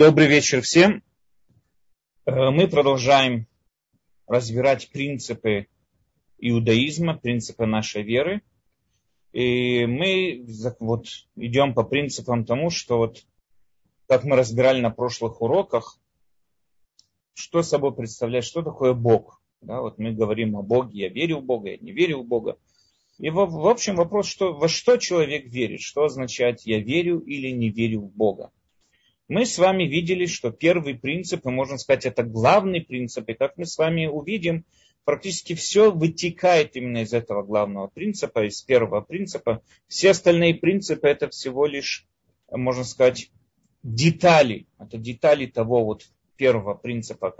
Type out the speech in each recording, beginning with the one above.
Добрый вечер всем. Мы продолжаем разбирать принципы иудаизма, принципы нашей веры. И мы идем по принципам тому, что как мы разбирали на прошлых уроках, что собой представляет, что такое Бог. Мы говорим о Боге, я верю в Бога, я не верю в Бога. И в общем вопрос, во что человек верит, что означает я верю или не верю в Бога. Мы с вами видели, что первый принцип, и можно сказать, это главный принцип, и как мы с вами увидим, практически все вытекает именно из этого главного принципа, из первого принципа. Все остальные принципы это всего лишь, можно сказать, детали. Это детали того первого принципа,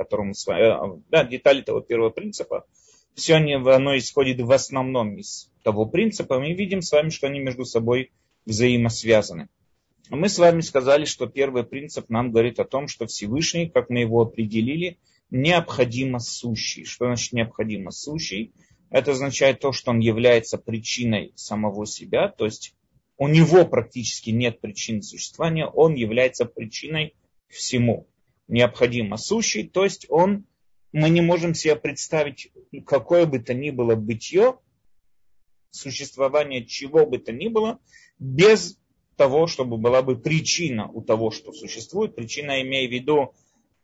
детали того первого принципа. Все оно исходит в основном из того принципа. Мы видим с вами, что они между собой взаимосвязаны. Мы с вами сказали, что первый принцип нам говорит о том, что Всевышний, как мы его определили, необходимо сущий. Что значит необходимо сущий? Это означает то, что он является причиной самого себя, то есть у него практически нет причин существования, он является причиной всему. Необходимо сущий, то есть мы не можем себе представить какое бы то ни было бытие, существование чего бы то ни было, без того, чтобы была бы причина у того, что существует. Причина, имея в виду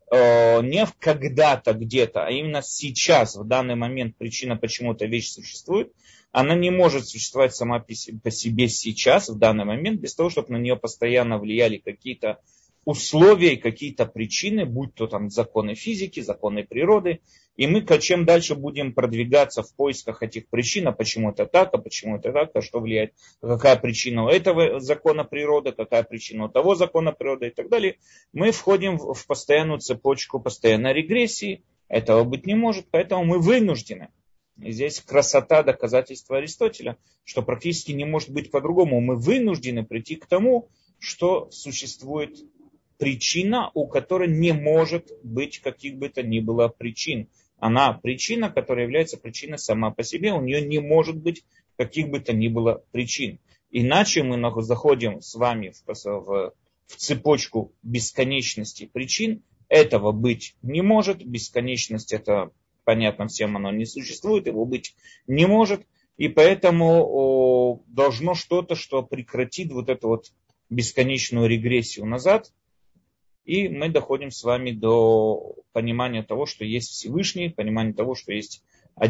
не в когда-то где-то, а именно сейчас, в данный момент причина, почему эта вещь существует, она не может существовать сама по себе сейчас, в данный момент, без того, чтобы на нее постоянно влияли какие-то условия и какие-то причины, будь то там законы физики, законы природы. И мы чем дальше будем продвигаться в поисках этих причин, а почему это так, а что влияет, какая причина у этого закона природы, какая причина у того закона природы и так далее, мы входим в постоянную цепочку постоянной регрессии. Этого быть не может, поэтому мы вынуждены. И здесь красота доказательства Аристотеля, что практически не может быть по-другому. Мы вынуждены прийти к тому, что существует причина, у которой не может быть каких бы то ни было причин. Она причина, которая является причиной сама по себе, у нее не может быть каких бы то ни было причин. Иначе мы заходим с вами в цепочку бесконечности причин. Этого быть не может. Бесконечность, это понятно всем, оно не существует, его быть не может. И поэтому должно что-то, что прекратит эту бесконечную регрессию назад. И мы доходим с вами до понимания того, что есть Всевышний, понимания того, что есть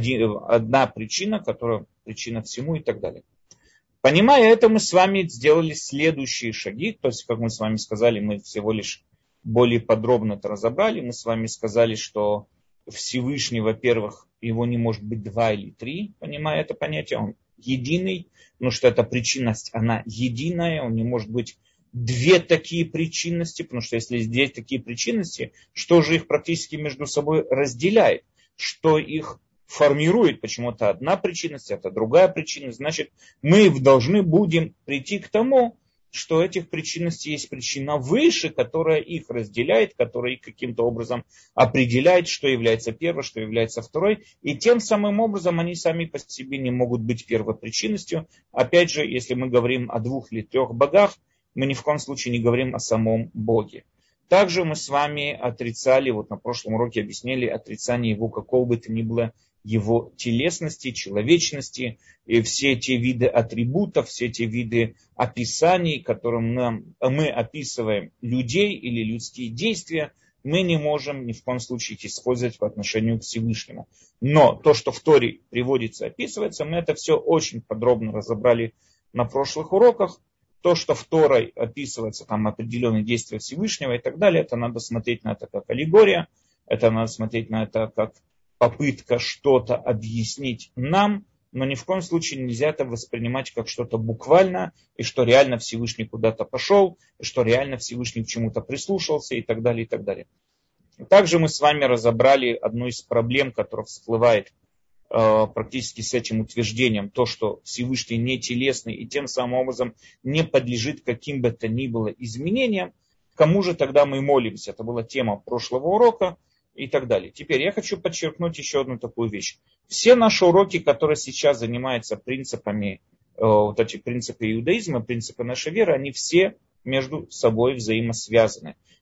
одна причина, которая причина всему и так далее. Понимая это, мы с вами сделали следующие шаги. То есть, как мы с вами сказали, мы всего лишь более подробно это разобрали. Мы с вами сказали, что Всевышний, во-первых, его не может быть два или три, понимая это понятие, он единый, потому что эта причинность, она единая, он не может быть две такие причинности, потому что если есть две такие причинности, что же их практически между собой разделяет, что их формирует, почему-то одна причинность, это другая причинность, значит мы должны будем прийти к тому, что этих причинностей есть причина выше, которая их разделяет, которая их каким-то образом определяет, что является первой, что является второй, и тем самым образом они сами по себе не могут быть первопричинностью. Опять же, если мы говорим о двух или трех богах, мы ни в коем случае не говорим о самом Боге. Также мы с вами отрицали, на прошлом уроке объяснили отрицание его какого бы то ни было, его телесности, человечности, и все те виды атрибутов, все те виды описаний, которым мы описываем людей или людские действия, мы не можем ни в коем случае использовать по отношению к Всевышнему. Но то, что в Торе приводится, описывается, мы это все очень подробно разобрали на прошлых уроках. То, что в Торе описывается там определенные действия Всевышнего и так далее, это надо смотреть на это как аллегория, это надо смотреть на это как попытка что-то объяснить нам, но ни в коем случае нельзя это воспринимать как что-то буквально, и что реально Всевышний куда-то пошел, и что реально Всевышний к чему-то прислушался и так далее, и так далее. Также мы с вами разобрали одну из проблем, которая всплывает практически с этим утверждением, то, что Всевышний не телесный и тем самым образом не подлежит каким бы то ни было изменениям. Кому же тогда мы молимся? Это была тема прошлого урока и так далее. Теперь я хочу подчеркнуть еще одну такую вещь. Все наши уроки, которые сейчас занимаются принципами, эти принципы иудаизма, принципы нашей веры, они все между собой взаимосвязаны.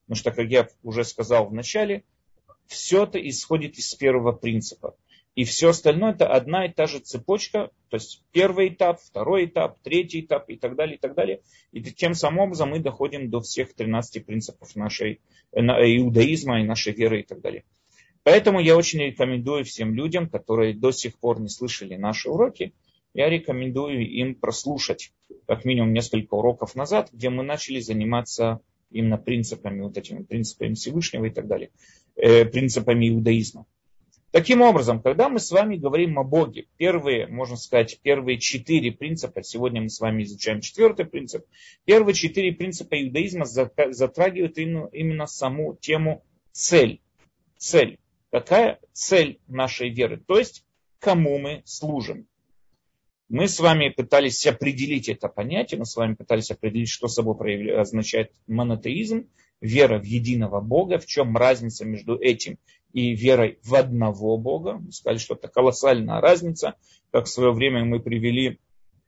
Потому что, как я уже сказал в начале, все это исходит из первого принципа. И все остальное это одна и та же цепочка, то есть первый этап, второй этап, третий этап и так далее, и так далее. И тем самым образом мы доходим до всех 13 принципов нашей иудаизма и нашей веры и так далее. Поэтому я очень рекомендую всем людям, которые до сих пор не слышали наши уроки, я рекомендую им прослушать как минимум несколько уроков назад, где мы начали заниматься именно принципами, вот этими принципами Всевышнего и так далее, принципами иудаизма. Таким образом, когда мы с вами говорим о Боге, первые 4 принципа, сегодня мы с вами изучаем 4-й принцип, первые 4 принципа иудаизма затрагивают именно саму тему цель. Цель. Какая цель нашей веры? То есть, кому мы служим. Мы с вами пытались определить это понятие, мы с вами пытались определить, что собой означает монотеизм, вера в единого Бога, в чем разница между этим и верой в одного Бога. Мы сказали, что это колоссальная разница, как в свое время мы привели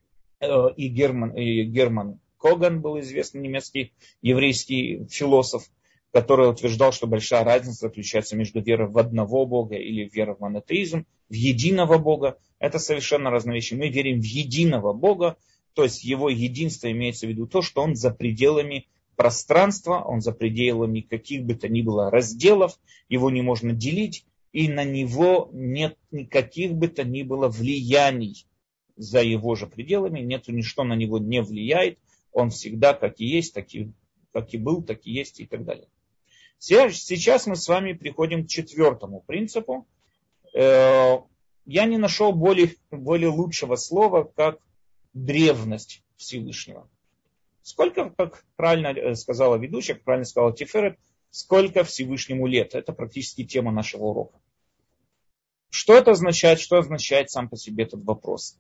и Герман Коган, был известный немецкий еврейский философ, который утверждал, что большая разница заключается между верой в одного Бога или верой в монотеизм, в единого Бога. Это совершенно разные вещи. Мы верим в единого Бога, то есть его единство имеется в виду то, что он за пределами пространства, он за пределами каких бы то ни было разделов, его не можно делить, и на него нет никаких бы то ни было влияний за его же пределами, ничто на него не влияет, он всегда как и есть, как и был, так и есть и так далее. Сейчас мы с вами приходим к 4-му принципу. Я не нашел более лучшего слова, как древность Всевышнего. Сколько, как правильно сказала ведущая, как правильно сказала Тиферет, сколько Всевышнему лет? Это практически тема нашего урока. Что это означает? Что означает сам по себе этот вопрос?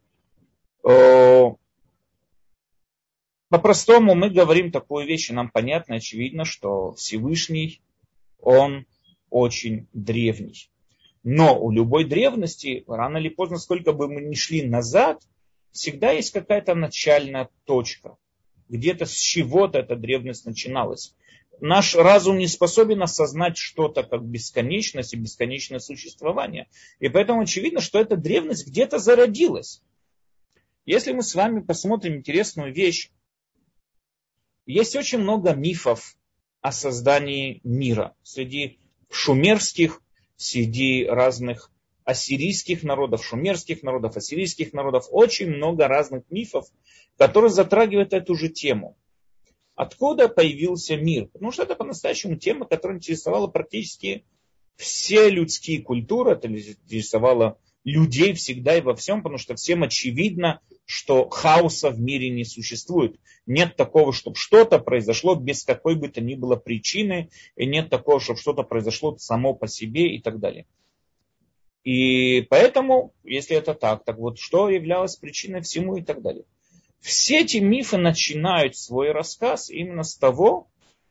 По-простому мы говорим такую вещь, и нам понятно, очевидно, что Всевышний, он очень древний. Но у любой древности, рано или поздно, сколько бы мы ни шли назад, всегда есть какая-то начальная точка. Где-то с чего-то эта древность начиналась. Наш разум не способен осознать что-то как бесконечность и бесконечное существование. И поэтому очевидно, что эта древность где-то зародилась. Если мы с вами посмотрим интересную вещь, есть очень много мифов о создании мира. Среди шумерских, среди разных ассирийских народов, шумерских народов, ассирийских народов, очень много разных мифов, которые затрагивают эту же тему. Откуда появился мир? Потому что это по-настоящему тема, которая интересовала практически все людские культуры, это интересовало людей всегда и во всем, потому что всем очевидно, что хаоса в мире не существует. Нет такого, чтобы что-то произошло без какой бы то ни было причины, и нет такого, чтобы что-то произошло само по себе и так далее. И поэтому, если это так вот что являлось причиной всему и так далее. Все эти мифы начинают свой рассказ именно с того,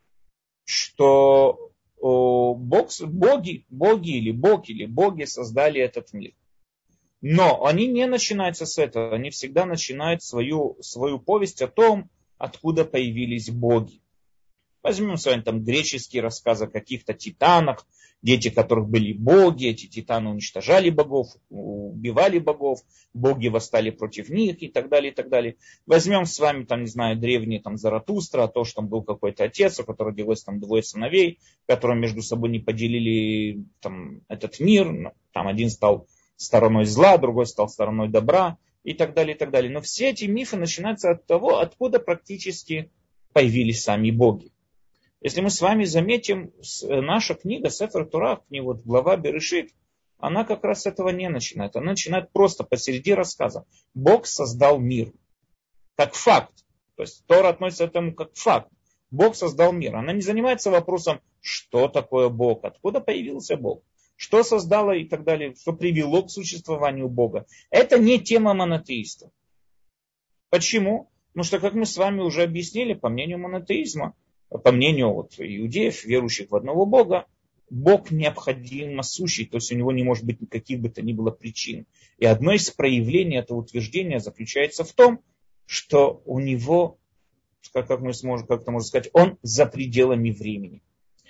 что боги создали этот мир. Но они не начинаются с этого, они всегда начинают свою повесть о том, откуда появились боги. Возьмем с вами там греческие рассказы о каких-то титанах, дети которых были боги, эти титаны уничтожали богов, убивали богов, боги восстали против них и так далее, и так далее. Возьмем с вами, там, не знаю, древние там Заратустра, то, что там был какой-то отец, у которого родилось там 2 сыновей, которые между собой не поделили там, этот мир, там один стал стороной зла, другой стал стороной добра и так далее, и так далее. Но все эти мифы начинаются от того, откуда практически появились сами боги. Если мы с вами заметим, наша книга Сефер Тора, глава Берешит, она как раз с этого не начинает. Она начинает просто посреди рассказа. Бог создал мир. Как факт. То есть Тора относится к этому как факт. Бог создал мир. Она не занимается вопросом, что такое Бог, откуда появился Бог, что создало и так далее, что привело к существованию Бога. Это не тема монотеистов. Почему? Потому что, как мы с вами уже объяснили, по мнению монотеизма, по мнению иудеев, верующих в одного Бога, Бог необходимо сущий, то есть у него не может быть никаких бы то ни было причин. И одно из проявлений этого утверждения заключается в том, что у него, как это можно сказать, он за пределами времени.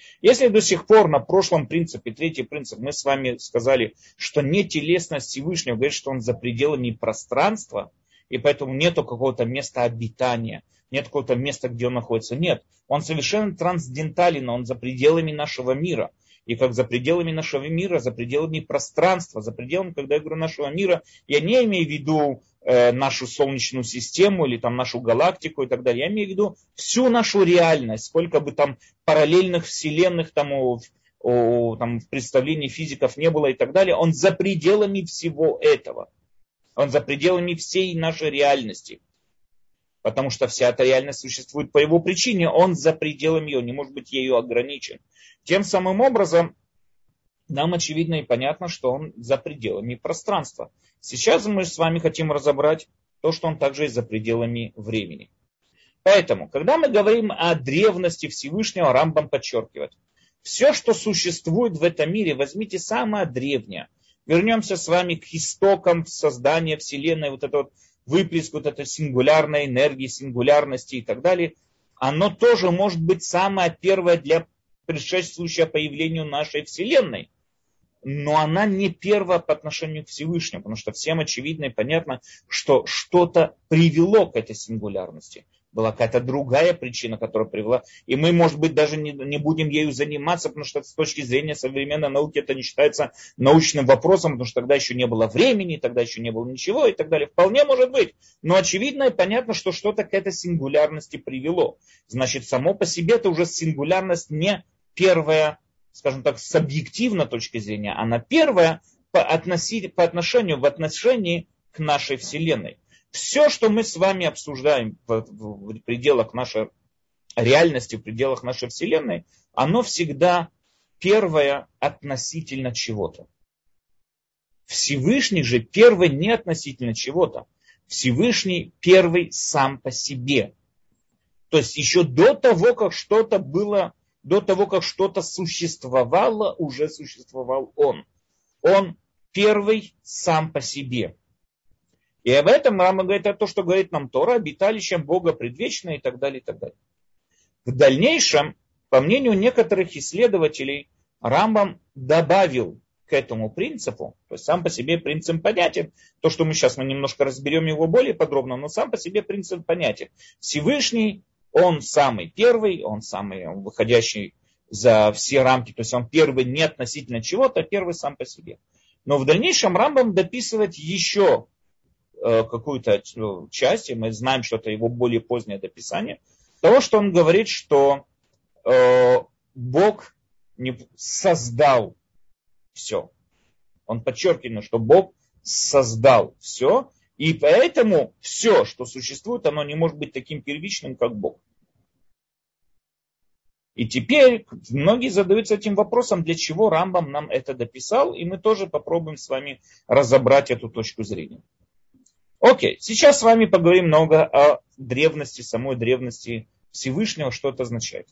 Если до сих пор на прошлом принципе, третий принцип, мы с вами сказали, что не телесность Всевышнего, говорит, что он за пределами пространства, и поэтому нету какого-то места обитания, нет какого-то места, где он находится. Нет, он совершенно трансцендентален, он за пределами нашего мира. И как за пределами нашего мира, за пределами пространства, за пределами, когда я говорю нашего мира, я не имею в виду нашу Солнечную систему или там нашу галактику и так далее. Я имею в виду всю нашу реальность, сколько бы там параллельных вселенных там, там в представлении физиков не было и так далее. Он за пределами всего этого. Он за пределами всей нашей реальности. Потому что вся эта реальность существует по его причине. Он за пределами ее, не может быть ею ограничен. Тем самым образом, нам очевидно и понятно, что он за пределами пространства. Сейчас мы с вами хотим разобрать то, что он также и за пределами времени. Поэтому, когда мы говорим о древности Всевышнего, Рамбам подчеркивает. Все, что существует в этом мире, возьмите самое древнее. Вернемся с вами к истокам создания Вселенной, вот это вот выплеск вот этой сингулярной энергии, сингулярности и так далее. Оно тоже может быть самое первое для предшествующее появлению нашей Вселенной. Но она не первая по отношению к Всевышнему, потому что всем очевидно и понятно, что что-то привело к этой сингулярности. Была какая-то другая причина, которая привела. И мы, может быть, даже не будем ею заниматься, потому что с точки зрения современной науки это не считается научным вопросом, потому что тогда еще не было времени, тогда еще не было ничего и так далее. Вполне может быть. Но очевидно и понятно, что что-то к этой сингулярности привело. Значит, само по себе это уже сингулярность не первая, скажем так, с объективной точки зрения, она первая в отношении к нашей Вселенной. Все, что мы с вами обсуждаем в пределах нашей реальности, в пределах нашей Вселенной, оно всегда первое относительно чего-то. Всевышний же первый не относительно чего-то. Всевышний первый сам по себе. То есть еще до того, как что-то было, до того, как что-то существовало, уже существовал он. Он первый сам по себе. И об этом Рама говорит, это то, что говорит нам Тора, обиталищем Бога предвечное и так далее, и так далее. В дальнейшем, по мнению некоторых исследователей, Рамбам добавил к этому принципу, то есть сам по себе принцип понятен, то, что мы сейчас немножко разберем его более подробно, но сам по себе принцип понятен. Всевышний, он самый первый, он самый выходящий за все рамки, то есть он первый не относительно чего-то, а первый сам по себе. Но в дальнейшем Рамбам дописывает еще какую-то часть, и мы знаем, что это его более позднее дописание, того, что он говорит, что Бог не создал все. Он подчеркивает, что Бог создал все, и поэтому все, что существует, оно не может быть таким первичным, как Бог. И теперь многие задаются этим вопросом, для чего Рамбам нам это дописал, и мы тоже попробуем с вами разобрать эту точку зрения. Окей, сейчас с вами поговорим много о древности, самой древности Всевышнего, что это означает.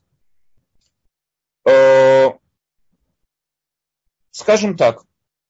Скажем так,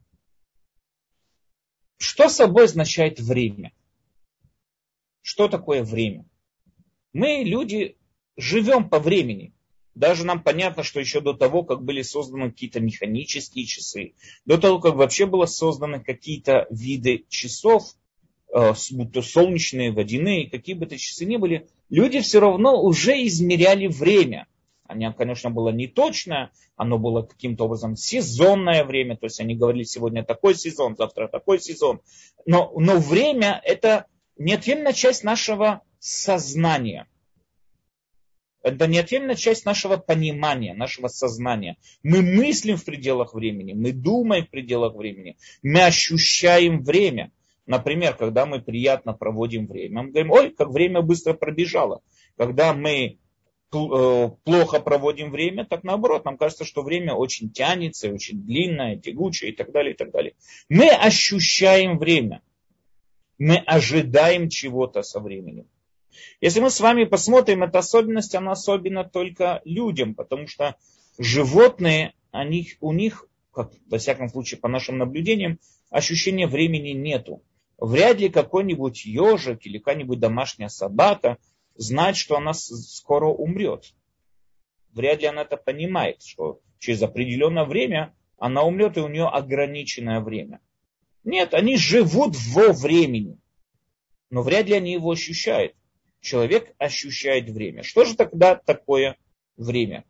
что собой означает время? Что такое время? Мы, люди, живем по времени. Даже нам понятно, что еще до того, как были созданы какие-то механические часы, до того, как вообще были созданы какие-то виды часов, будто солнечные, водяные, какие бы то часы ни были, люди все равно уже измеряли время. Оно, конечно, было не точное, оно было каким-то образом сезонное время, то есть они говорили, сегодня такой сезон, завтра такой сезон. Но время это неотъемлемая часть нашего сознания. Это неотъемлемая часть нашего понимания, нашего сознания. Мы мыслим в пределах времени, мы думаем в пределах времени, мы ощущаем время. Например, когда мы приятно проводим время, мы говорим, ой, как время быстро пробежало. Когда мы плохо проводим время, так наоборот, нам кажется, что время очень тянется, очень длинное, тягучее и так далее, и так далее. Мы ощущаем время. Мы ожидаем чего-то со временем. Если мы с вами посмотрим, эта особенность, она особенна только людям, потому что животные, у них, как, во всяком случае, по нашим наблюдениям, ощущения времени нету. Вряд ли какой-нибудь ежик или какая-нибудь домашняя собака знает, что она скоро умрет. вряд ли она это понимает, что через определенное время она умрет, и у нее ограниченное время. Нет, они живут во времени, но вряд ли они его ощущают. Человек ощущает время. Что же тогда такое время?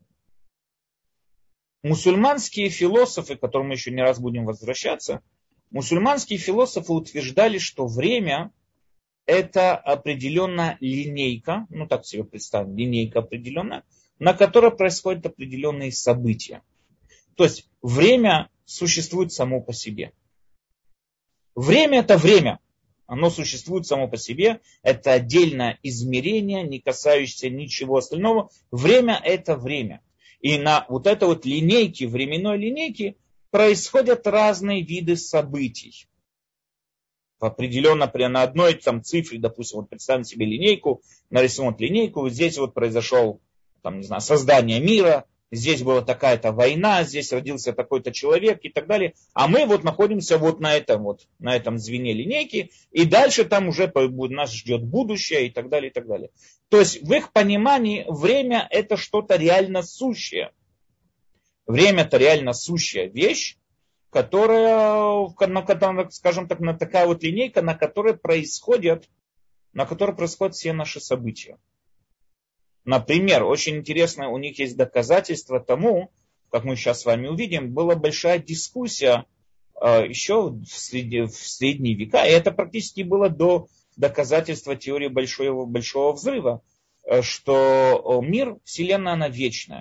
Мусульманские философы, к которым мы еще не раз будем возвращаться, мусульманские философы утверждали, что время это определенная линейка, ну так себе представим, линейка определенная, на которой происходят определенные события. То есть время существует само по себе. Время это время. Оно существует само по себе. Это отдельное измерение, не касающееся ничего остального. Время это время. И на вот этой вот линейке, временной линейке, происходят разные виды событий. Определенно на одной там цифре, допустим, вот представим себе линейку, нарисуем вот линейку, вот здесь вот произошел, там, не знаю, создание мира, здесь была такая-то война, здесь родился такой-то человек и так далее. А мы вот находимся вот на этом звене линейки, и дальше там уже нас ждет будущее и так далее, и так далее. То есть в их понимании время это что-то реально сущее. Время это реально сущая вещь, которая, скажем так, на такая вот линейка, на которой происходят все наши события. Например, очень интересно, у них есть доказательства тому, как мы сейчас с вами увидим, была большая дискуссия еще в средние века, и это практически было до доказательства теории большого взрыва, что мир, Вселенная, она вечная.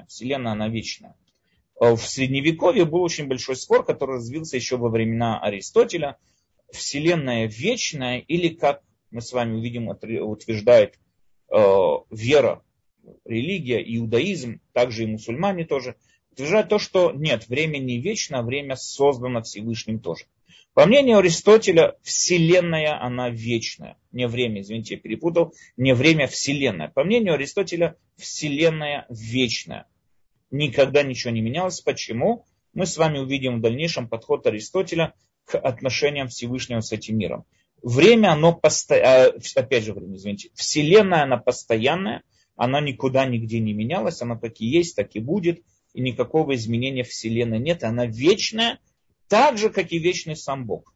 В Средневековье был очень большой спор, который развился еще во времена Аристотеля. Вселенная вечная, или, как мы с вами увидим, утверждает вера, религия, иудаизм, также и мусульмане тоже, утверждают то, что нет, время не вечно, время создано Всевышним тоже. По мнению Аристотеля, Вселенная, она вечная. Не время, извините, я перепутал, не время, Вселенная. По мнению Аристотеля, Вселенная вечная. Никогда ничего не менялось. Почему? Мы с вами увидим в дальнейшем подход Аристотеля к отношениям Всевышнего с этим миром. Время, оно Вселенная, она постоянная, она никуда, нигде не менялась, она как и есть, так и будет, и никакого изменения Вселенной нет, она вечная, так же, как и вечный сам Бог.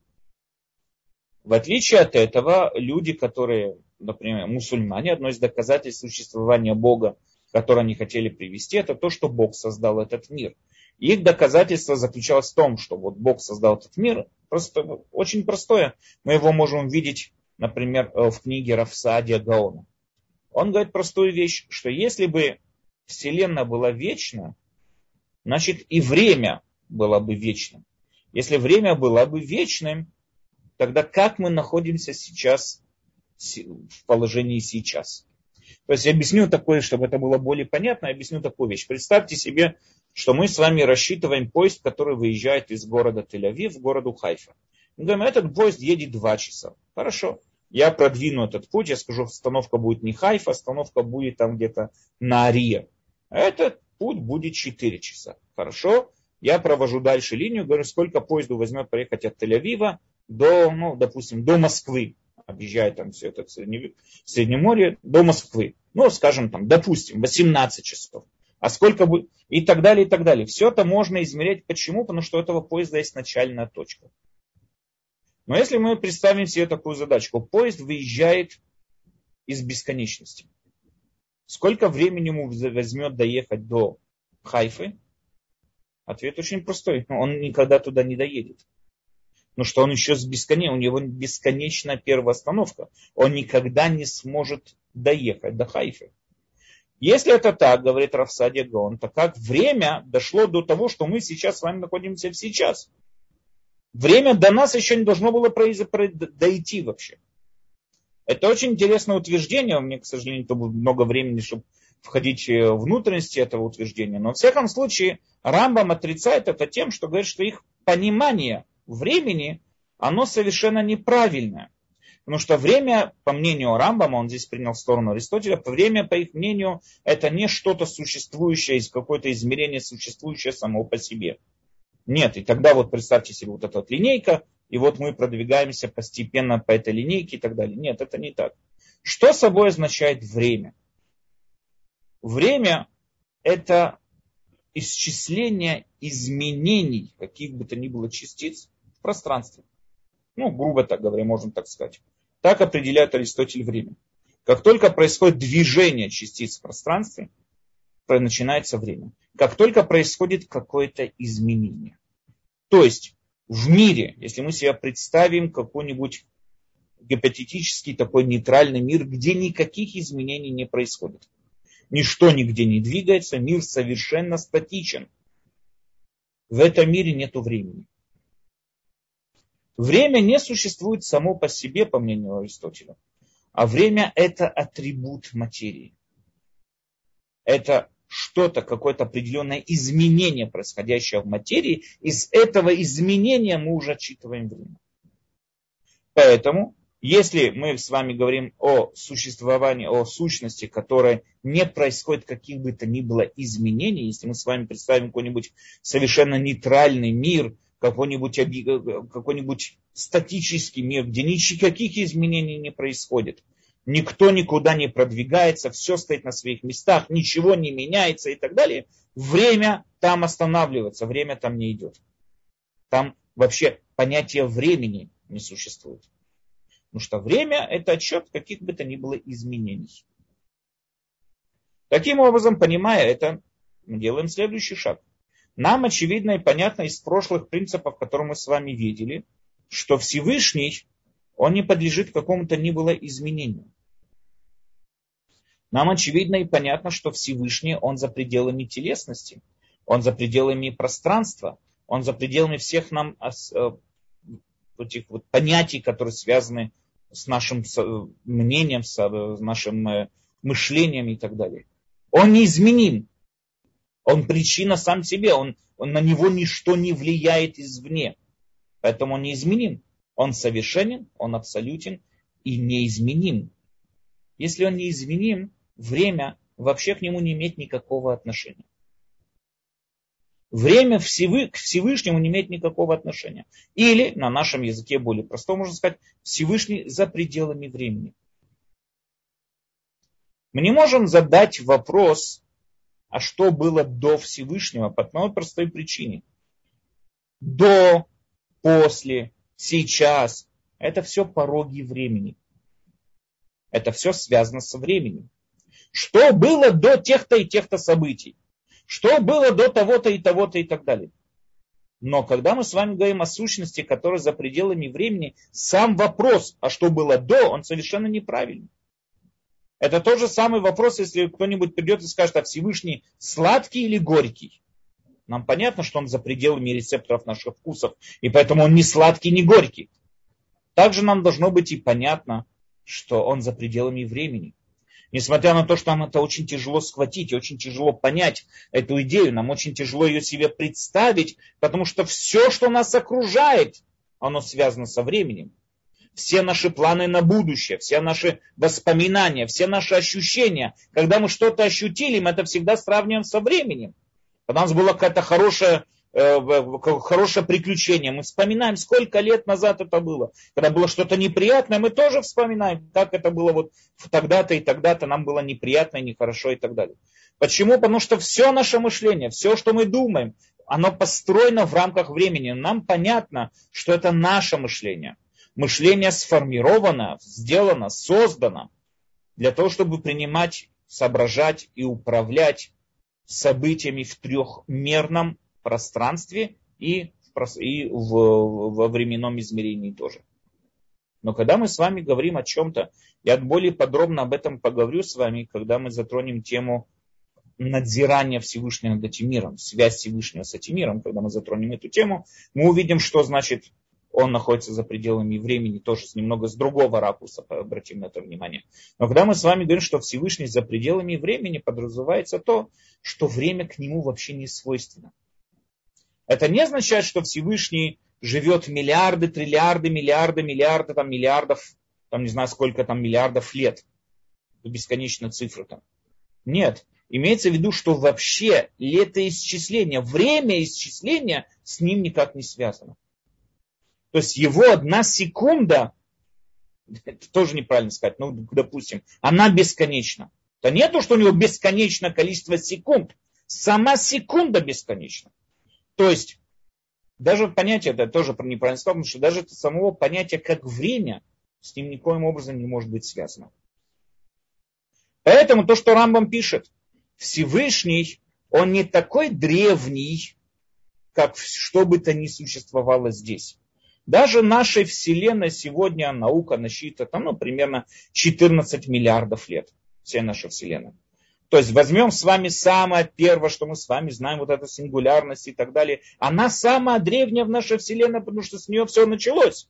В отличие от этого, люди, которые, например, мусульмане, одно из доказательств существования Бога, которое они хотели привести, это то, что Бог создал этот мир. Их доказательство заключалось в том, что вот Бог создал этот мир, просто очень простое. Мы его можем видеть, например, в книге Рав Саадия Гаона. Он говорит простую вещь, что если бы Вселенная была вечна, значит и время было бы вечным. Если время было бы вечным, тогда как мы находимся сейчас в положении сейчас? То есть я объясню такое, чтобы это было более понятно, я объясню такую вещь. Представьте себе, что мы с вами рассчитываем поезд, который выезжает из города Тель-Авив в городу Хайфа. Мы говорим, этот поезд едет 2 часа. Хорошо. Я продвину этот путь, я скажу, остановка будет не Хайфа, остановка будет там где-то на Ария. А этот путь будет 4 часа. Хорошо. Я провожу дальше линию, говорю, сколько поезду возьмет проехать от Тель-Авива до, допустим, до Москвы. Объезжая там все это Среднеморье, до Москвы. Скажем там, допустим, 18 часов. А сколько будет? И так далее, и так далее. Все это можно измерять. Почему? Потому что у этого поезда есть начальная точка. Но если мы представим себе такую задачку, поезд выезжает из бесконечности. Сколько времени ему возьмет доехать до Хайфы? Ответ очень простой. Он никогда туда не доедет. Потому что он еще у него бесконечная первая остановка. Он никогда не сможет доехать до Хайфы. Если это так, говорит Рав Саадия Гаон, то как время дошло до того, что мы сейчас с вами находимся в сейчас. Время до нас еще не должно было дойти вообще. Это очень интересное утверждение. Мне, к сожалению, то будет много времени, чтобы входить в внутренности этого утверждения. Но, во всяком случае, Рамбам отрицает это тем, что говорит, что их понимание времени, оно совершенно неправильное. Потому что время, по мнению Рамбама, он здесь принял сторону Аристотеля, время, по их мнению, это не что-то существующее, из какое-то измерение существующее само по себе. Нет, и тогда вот представьте себе вот эта вот линейка, и вот мы продвигаемся постепенно по этой линейке и так далее. Нет, это не так. Что собой означает время? Время это исчисление изменений каких бы то ни было частиц в пространстве. Ну, грубо так говоря, можно так сказать. Так определяет Аристотель время. Как только происходит движение частиц в пространстве, начинается время. Как только происходит какое-то изменение. То есть в мире, если мы себе представим какой-нибудь гипотетический такой нейтральный мир, где никаких изменений не происходит. Ничто нигде не двигается, мир совершенно статичен. В этом мире нет времени. Время не существует само по себе, по мнению Аристотеля. А время – это атрибут материи. Это что-то, какое-то определенное изменение, происходящее в материи. Из этого изменения мы уже отсчитываем время. Поэтому, если мы с вами говорим о существовании, о сущности, которая не происходит каких бы то ни было изменений, если мы с вами представим какой-нибудь совершенно нейтральный мир, какой-нибудь статический мир, где никаких изменений не происходит, никто никуда не продвигается, все стоит на своих местах, ничего не меняется и так далее, время там останавливается, время там не идет. Там вообще понятия времени не существует. Потому что время – это отсчет каких бы то ни было изменений. Таким образом, понимая это, мы делаем следующий шаг. Нам очевидно и понятно из прошлых принципов, которые мы с вами видели, что Всевышний, он не подлежит какому-то ни было изменению. Нам очевидно и понятно, что Всевышний, он за пределами телесности, он за пределами пространства, он за пределами всех нам этих вот понятий, которые связаны с нашим мнением, с нашим мышлением и так далее. Он неизменим. Он причина сам себе. Он на него ничто не влияет извне. Поэтому он неизменим. Он совершенен, он абсолютен и неизменим. Если он неизменим, время вообще к нему не имеет никакого отношения. Время к Всевышнему не имеет никакого отношения. Или, на нашем языке более простом, можно сказать, Всевышний за пределами времени. Мы не можем задать вопрос, а что было до Всевышнего, по одной простой причине. До, после, сейчас. Это все пороги времени. Это все связано со временем. Что было до тех-то и тех-то событий? Что было до того-то и того-то и так далее. Но когда мы с вами говорим о сущности, которая за пределами времени, сам вопрос, а что было до, он совершенно неправильный. Это тот же самый вопрос, если кто-нибудь придет и скажет, а Всевышний сладкий или горький. Нам понятно, что он за пределами рецепторов наших вкусов, и поэтому он не сладкий, не горький. Также нам должно быть и понятно, что он за пределами времени. Несмотря на то, что нам это очень тяжело схватить, очень тяжело понять эту идею, нам очень тяжело ее себе представить, потому что все, что нас окружает, оно связано со временем. Все наши планы на будущее, все наши воспоминания, все наши ощущения, когда мы что-то ощутили, мы это всегда сравниваем со временем. Когда у нас было какое-то хорошее приключение, мы вспоминаем, сколько лет назад это было. Когда было что-то неприятное, мы тоже вспоминаем, как это было вот тогда-то и тогда-то, нам было неприятно, нехорошо и так далее. Почему? Потому что все наше мышление, все, что мы думаем, оно построено в рамках времени. Нам понятно, что это наше мышление. Мышление сформировано, сделано, создано для того, чтобы принимать, соображать и управлять событиями в трехмерном пространстве и во временном измерении тоже. Но когда мы с вами говорим о чем-то, я более подробно об этом поговорю с вами, когда мы затронем тему надзирания Всевышнего над этим миром, связь Всевышнего с этим миром. Когда мы затронем эту тему, мы увидим, что значит он находится за пределами времени, тоже немного с другого ракурса, обратим на это внимание. Но когда мы с вами говорим, что Всевышний за пределами времени, подразумевается то, что время к нему вообще не свойственно. Это не означает, что Всевышний живет миллиарды, триллиарды, миллиардов, там не знаю сколько там миллиардов лет. Бесконечная цифра там. Нет. Имеется в виду, что вообще летоисчисление, время исчисления с ним никак не связано. То есть его 1 секунда, это тоже неправильно сказать, ну, допустим, она бесконечна. То не то, что у него бесконечное количество секунд, Сама секунда бесконечна. То есть, даже понятие, это тоже неправильно сказано, потому что даже это самого понятия как время с ним никоим образом не может быть связано. Поэтому то, что Рамбам пишет, Всевышний, он не такой древний, как что бы то ни существовало здесь. Даже нашей Вселенной сегодня наука насчитывает примерно 14 миллиардов лет. Вся наша Вселенная. То есть возьмем с вами самое первое, что мы с вами знаем, вот эту сингулярность и так далее. Она самая древняя в нашей Вселенной, потому что с нее все началось.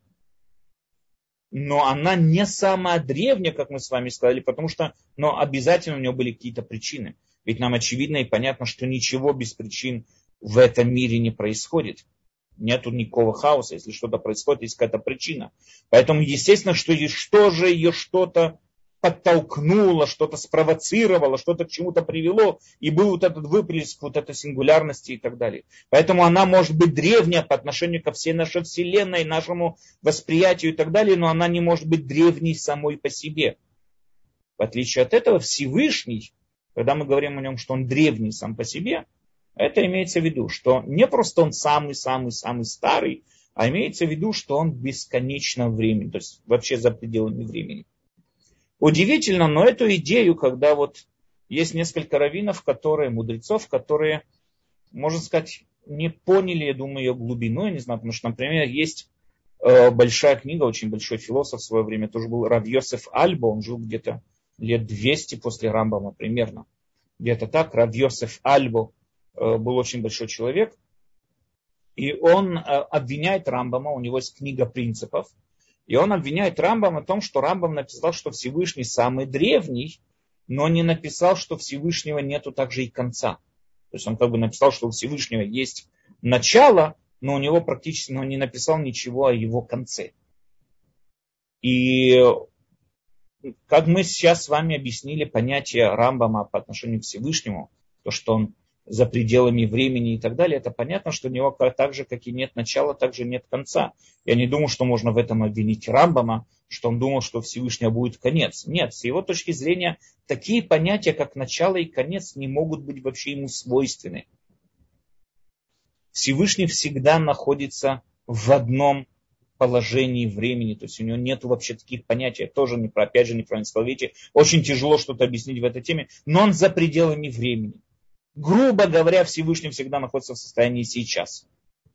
Но она не самая древняя, как мы с вами сказали, потому что обязательно у нее были какие-то причины. Ведь нам очевидно и понятно, что ничего без причин в этом мире не происходит. Нету никакого хаоса. Если что-то происходит, есть какая-то причина. Поэтому, естественно, что же ее что-то подтолкнуло, что-то спровоцировало, что-то к чему-то привело, и был вот этот выплеск вот этой сингулярности и так далее. Поэтому она может быть древняя по отношению ко всей нашей Вселенной, нашему восприятию и так далее, но она не может быть древней самой по себе. В отличие от этого, Всевышний, когда мы говорим о нем, что он древний сам по себе, это имеется в виду, что не просто он самый-самый-самый старый, а имеется в виду, что он бесконечно времени, то есть вообще за пределами времени. Удивительно, но эту идею, когда вот есть несколько раввинов, мудрецов, которые, можно сказать, не поняли, я думаю, ее глубину, я не знаю, потому что, например, есть большая книга, очень большой философ в свое время, тоже был Рав Йосеф Альбо, он жил где-то лет 200 после Рамбама примерно. Где-то так, Рав Йосеф Альбо был очень большой человек, и он обвиняет Рамбама, у него есть книга принципов, и он обвиняет Рамбама в том, что Рамбам написал, что Всевышний самый древний, но не написал, что Всевышнего нету также и конца. То есть он как бы написал, что у Всевышнего есть начало, но у него практически не написал ничего о его конце. И как мы сейчас с вами объяснили понятие Рамбама по отношению к Всевышнему, то, что он за пределами времени и так далее, это понятно, что у него так же, как и нет начала, так же нет конца. Я не думаю, что можно в этом обвинить Рамбама, что он думал, что у Всевышнего будет конец. Нет, с его точки зрения, такие понятия, как начало и конец, не могут быть вообще ему свойственны. Всевышний всегда находится в одном положении времени, то есть у него нет вообще таких понятий, тоже опять же неправильно сказал, видите, очень тяжело что-то объяснить в этой теме, но он за пределами времени. Грубо говоря, Всевышний всегда находится в состоянии сейчас.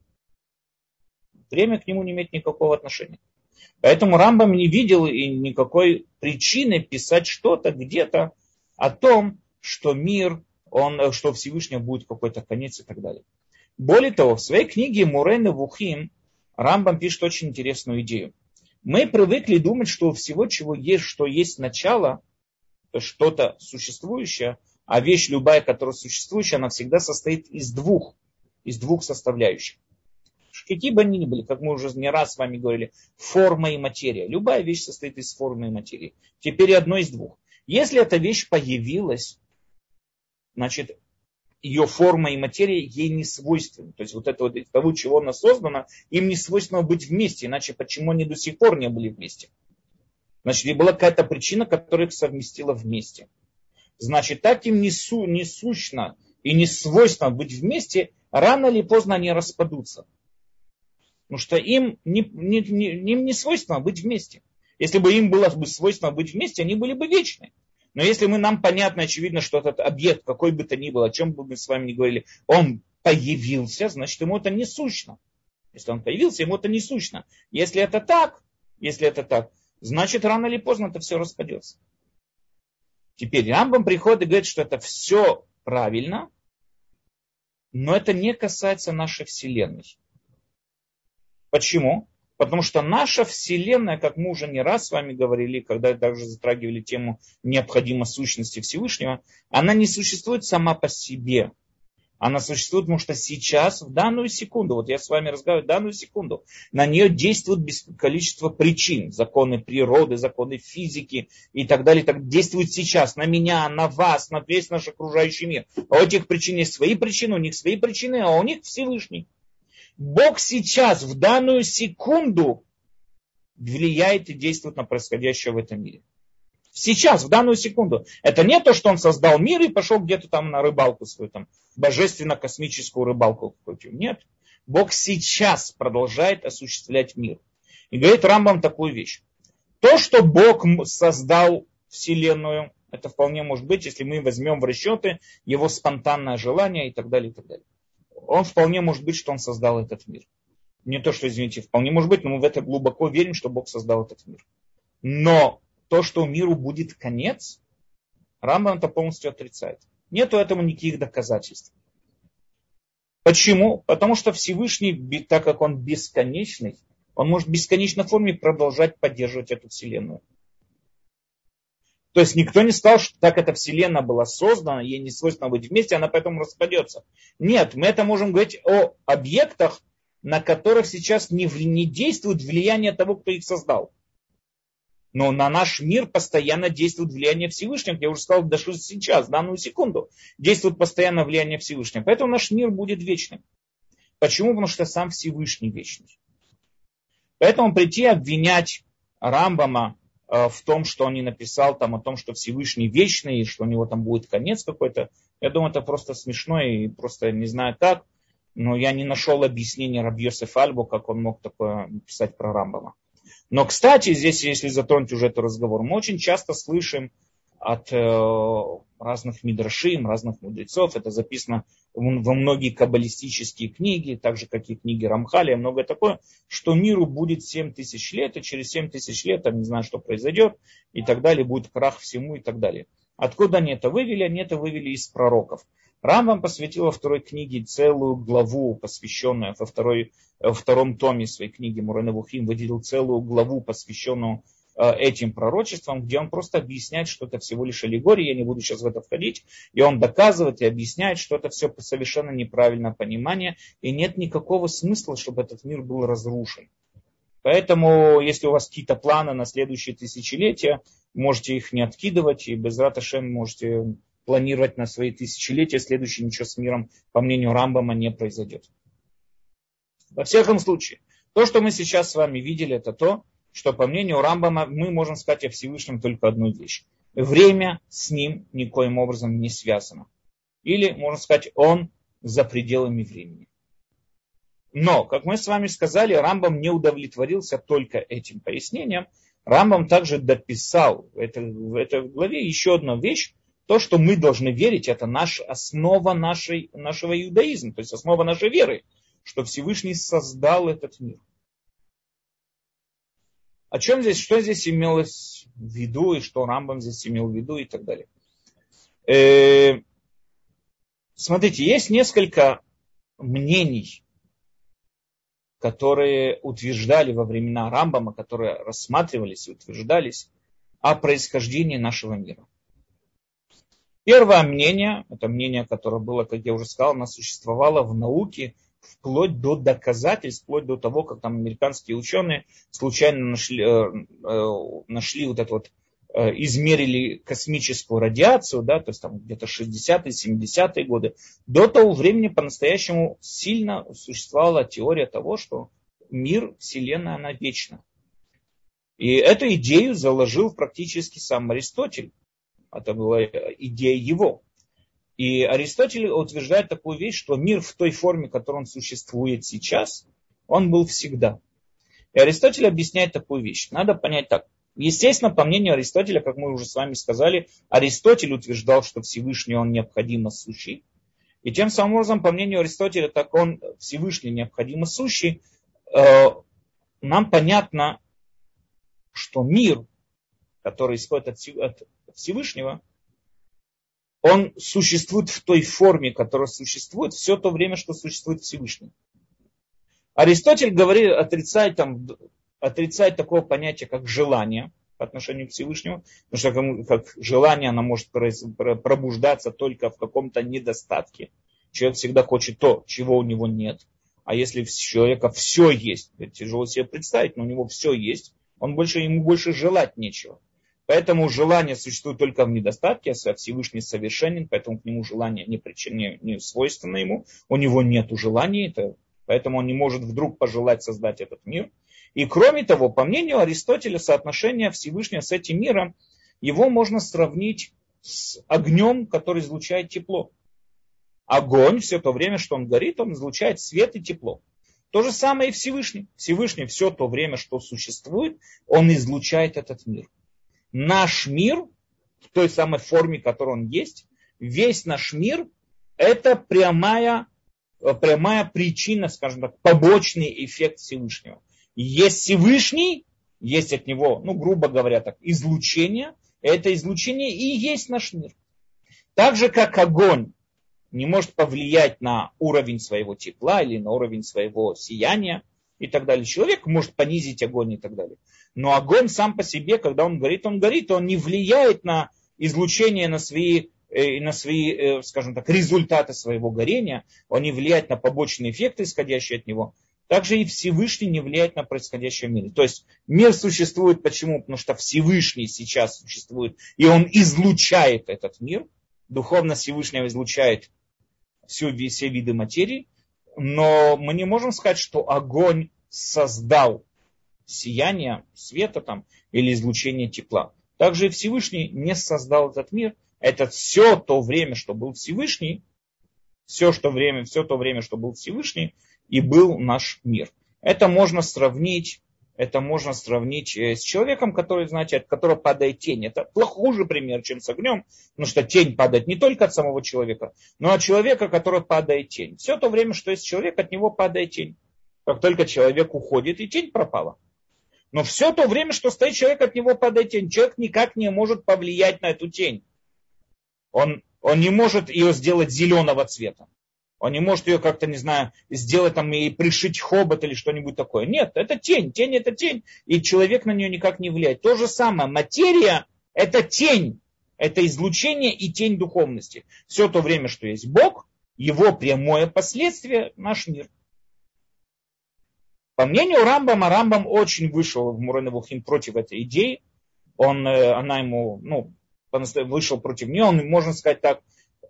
Время к нему не имеет никакого отношения. Поэтому Рамбам не видел и никакой причины писать что-то где-то о том, что мир, что Всевышнего будет какой-то конец и так далее. Более того, в своей книге Мурей Невухим Рамбам пишет очень интересную идею. Мы привыкли думать, что у всего, чего есть, что есть начало, то что-то существующее, а вещь любая, которая существующая, она всегда состоит из двух составляющих. Какие бы они ни были, как мы уже не раз с вами говорили, форма и материя. Любая вещь состоит из формы и материи. Теперь одно из двух. Если эта вещь появилась, значит, ее форма и материя ей не свойственны. То есть вот это вот из того, чего она создана, им не свойственно быть вместе. Иначе почему они до сих пор не были вместе? Значит, была какая-то причина, которая их совместила вместе. Значит, так им не сущно и не свойственно быть вместе, рано или поздно они распадутся. Потому что им не свойственно быть вместе. Если бы им было бы свойственно быть вместе, они были бы вечны. Но если нам понятно, очевидно, что этот объект, какой бы то ни был, о чем бы мы с вами ни говорили, он появился, значит, ему это не сущно. Если он появился, ему это не сущно. Если это так, значит, рано или поздно это все распадется. Теперь Рамбам приходит и говорит, что это все правильно, но это не касается нашей Вселенной. Почему? Потому что наша Вселенная, как мы уже не раз с вами говорили, когда также затрагивали тему необходимой сущности Всевышнего, она не существует сама по себе. Она существует, потому что сейчас, в данную секунду, вот я с вами разговариваю, в данную секунду, на нее действует количество причин. Законы природы, законы физики и так далее. Так действует сейчас на меня, на вас, на весь наш окружающий мир. А у этих причин есть свои причины, у них свои причины, а у них Всевышний. Бог сейчас, в данную секунду, влияет и действует на происходящее в этом мире. Сейчас, в данную секунду. Это не то, что он создал мир и пошел где-то там на рыбалку свою, там, божественно-космическую рыбалку какую-то. Нет. Бог сейчас продолжает осуществлять мир. И говорит Рамбам такую вещь. То, что Бог создал Вселенную, это вполне может быть, если мы возьмем в расчеты его спонтанное желание и так далее, и так далее. Он вполне может быть, что он создал этот мир. Не то, что, извините, вполне может быть, но мы в это глубоко верим, что Бог создал этот мир. Но то, что миру будет конец, Рамбам это полностью отрицает. Нету этому никаких доказательств. Почему? Потому что Всевышний, так как он бесконечный, он может в бесконечной форме продолжать поддерживать эту Вселенную. То есть никто не сказал, что так эта Вселенная была создана, ей не свойственно быть вместе, она поэтому распадется. Нет, мы это можем говорить о объектах, на которых сейчас не действует влияние того, кто их создал. Но на наш мир постоянно действует влияние Всевышнего. Я уже сказал, даже сейчас, в данную секунду, действует постоянно влияние Всевышнего. Поэтому наш мир будет вечным. Почему? Потому что сам Всевышний вечный. Поэтому прийти обвинять Рамбама в том, что он не написал там, о том, что Всевышний вечный, и что у него там будет конец какой-то, я думаю, это просто смешно и просто не знаю как. Но я не нашел объяснения Рабби Йосеф Альбо, как он мог такое писать про Рамбама. Но, кстати, здесь, если затронуть уже этот разговор, мы очень часто слышим от разных мидрашим, разных мудрецов, это записано во многие каббалистические книги, так же, как и книги Рамхаля, многое такое, что миру будет 7000 лет, и через 7000 лет, там не знаю, что произойдет, и так далее, будет крах всему, и так далее. Откуда они это вывели? Они это вывели из пророков. Рамбам посвятил во второй книге целую главу, посвященную, во втором томе своей книги Муре Невухим выделил целую главу, посвященную этим пророчествам, где он просто объясняет, что это всего лишь аллегория, я не буду сейчас в это входить, и он доказывает и объясняет, что это все совершенно неправильное понимание, и нет никакого смысла, чтобы этот мир был разрушен. Поэтому, если у вас какие-то планы на следующие тысячелетия, можете их не откидывать, и без Рат Ашем можете планировать на свои тысячелетия, следующее ничего с миром, по мнению Рамбама, не произойдет. Во всяком случае, то, что мы сейчас с вами видели, это то, что, по мнению Рамбама, мы можем сказать о Всевышнем только одну вещь. Время с ним никоим образом не связано. Или, можно сказать, он за пределами времени. Но, как мы с вами сказали, Рамбам не удовлетворился только этим пояснением. Рамбам также дописал в этой главе еще одну вещь. То, что мы должны верить, это основа нашего иудаизма, то есть основа нашей веры, что Всевышний создал этот мир. О чем здесь, что здесь имелось в виду, и что Рамбам здесь имел в виду, и так далее. Смотрите, есть несколько мнений, которые утверждали во времена Рамбама, которые рассматривались и утверждались о происхождении нашего мира. Первое мнение, это мнение, которое было, как я уже сказал, оно существовало в науке вплоть до доказательств, вплоть до того, как там американские ученые случайно нашли вот это вот, измерили космическую радиацию, да, то есть там где-то 60-е, 70-е годы. До того времени по-настоящему сильно существовала теория того, что мир, Вселенная, она вечна. И эту идею заложил практически сам Аристотель. Это была идея его. И Аристотель утверждает такую вещь, что мир в той форме, в которой он существует сейчас, он был всегда. И Аристотель объясняет такую вещь. Надо понять так. Естественно, по мнению Аристотеля, как мы уже с вами сказали, Аристотель утверждал, что Всевышний он необходимо сущий. И тем самым образом, по мнению Аристотеля, так он Всевышний необходимо сущий. Нам понятно, что мир, который исходит от Всевышнего, он существует в той форме, которая существует все то время, что существует Всевышний. Аристотель говорит, отрицает такого понятия, как желание по отношению к Всевышнему, потому что как желание, оно может пробуждаться только в каком-то недостатке. Человек всегда хочет то, чего у него нет. А если у человека все есть, это тяжело себе представить, но у него все есть, ему больше желать нечего. Поэтому желание существует только в недостатке, а Всевышний совершенен, поэтому к нему желание не свойственно ему, у него нет желаний, поэтому он не может вдруг пожелать создать этот мир. И кроме того, по мнению Аристотеля, соотношение Всевышнего с этим миром его можно сравнить с огнем, который излучает тепло. Огонь, все то время, что он горит, он излучает свет и тепло. То же самое и Всевышний. Всевышний все то время, что существует, он излучает этот мир. Наш мир, в той самой форме, в которой он есть, весь наш мир, это прямая причина, скажем так, побочный эффект Всевышнего. Есть Всевышний, есть от него, грубо говоря, так, излучение. Это излучение и есть наш мир. Так же, как огонь не может повлиять на уровень своего тепла или на уровень своего сияния и так далее. Человек может понизить огонь и так далее. Но огонь сам по себе, когда он горит, он не влияет на излучение, на свои, скажем так, результаты своего горения. Он не влияет на побочные эффекты, исходящие от него. Также и Всевышний не влияет на происходящее в мире. То есть мир существует почему? Потому что Всевышний сейчас существует, и он излучает этот мир. Духовно Всевышнего излучает все виды материи, но мы не можем сказать, что огонь создал сияние света там, или излучение тепла. Также и Всевышний не создал этот мир. Это все то время, что был Всевышний, все то время, что был Всевышний, и был наш мир. Это можно сравнить с человеком, который, знаете, от которого падает тень. Это хуже пример, чем с огнем, потому что тень падает не только от самого человека, но от человека, от которого падает тень. Все то время, что есть человек, от него падает тень. Как только человек уходит, и тень пропала. Но все то время, что стоит человек, от него падает тень. Человек никак не может повлиять на эту тень. Он не может ее сделать зеленого цвета. Он не может ее как-то, не знаю, сделать там и пришить хобот или что-нибудь такое. Нет, это тень, это тень. И человек на нее никак не влияет. То же самое, материя это тень, это излучение и тень духовности. Все то время, что есть Бог, его прямое последствие наш мир. По мнению Рамбама, Рамбам очень вышел в Муре Невухим против этой идеи. Она ему, вышел против нее, он, можно сказать так,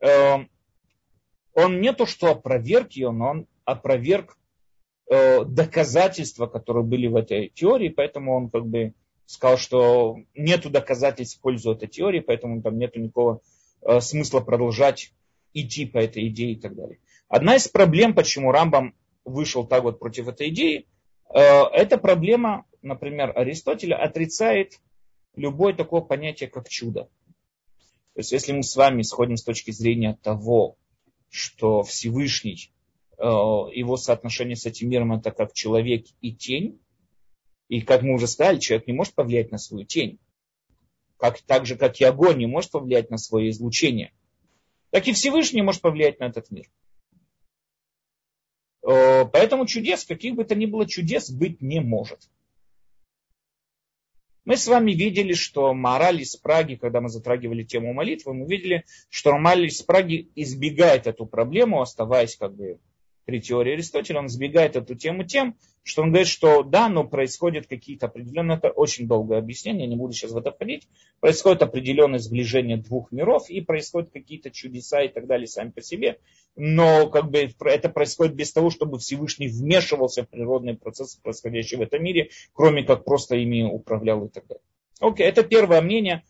он не то что опроверг ее, но он опроверг доказательства, которые были в этой теории, поэтому он как бы сказал, что нету доказательств в пользу этой теории, поэтому там нету никакого смысла продолжать идти по этой идее и так далее. Одна из проблем, почему Рамбам вышел так вот против этой идеи, эта проблема, например, Аристотеля отрицает любое такое понятие, как чудо. То есть, если мы с вами исходим с точки зрения того, что Всевышний, его соотношение с этим миром, это как человек и тень. И как мы уже сказали, человек не может повлиять на свою тень. Так же, как и огонь не может повлиять на свое излучение. Так и Всевышний не может повлиять на этот мир. Поэтому чудес, каких бы то ни было чудес, быть не может. Мы с вами видели, что Маораль из Праги, когда мы затрагивали тему молитвы, мы видели, что Маораль из Праги избегает эту проблему, оставаясь как бы при теории Аристотеля, он избегает эту тему тем, что он говорит, что да, но происходят какие-то определенные, это очень долгое объяснение, я не буду сейчас в это входить, происходит определенное сближение двух миров и происходят какие-то чудеса и так далее сами по себе, но как бы это происходит без того, чтобы Всевышний вмешивался в природные процессы, происходящие в этом мире, кроме как просто ими управлял и так далее. Окей, это первое мнение,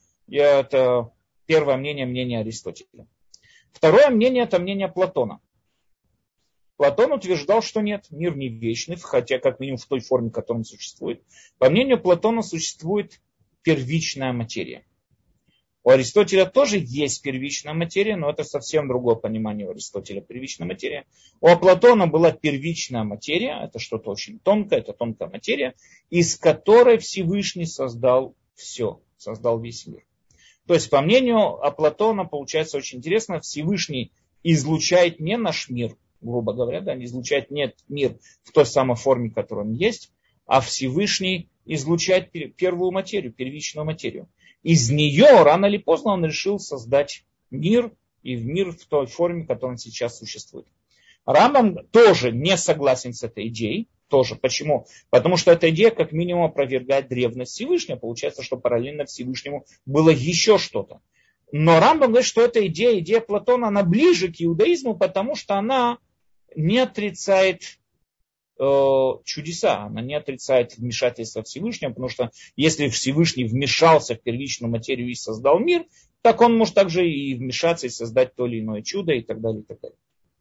мнение Аристотеля. Второе мнение, это мнение Платона. Платон утверждал, что нет, мир не вечный, хотя как минимум в той форме, в которой он существует. По мнению Платона существует первичная материя. У Аристотеля тоже есть первичная материя, но это совсем другое понимание у Аристотеля первичная материя. У Платона была первичная материя, это что-то очень тонкое, это тонкая материя, из которой Всевышний создал все, создал весь мир. То есть, по мнению Платона, получается очень интересно, Всевышний излучает не наш мир, грубо говоря, не излучает нет мир в той самой форме, в которой он есть, а Всевышний излучает первую материю, первичную материю. Из нее рано или поздно он решил создать мир, и мир в той форме, в которой он сейчас существует. Рамбам тоже не согласен с этой идеей. Тоже. Почему? Потому что эта идея как минимум опровергает древность Всевышнего. Получается, что параллельно Всевышнему было еще что-то. Но Рамбам говорит, что эта идея Платона, она ближе к иудаизму, потому что она не отрицает чудеса, она не отрицает вмешательство Всевышнего, потому что если Всевышний вмешался в первичную материю и создал мир, так он может также и вмешаться и создать то или иное чудо и так далее, и так далее.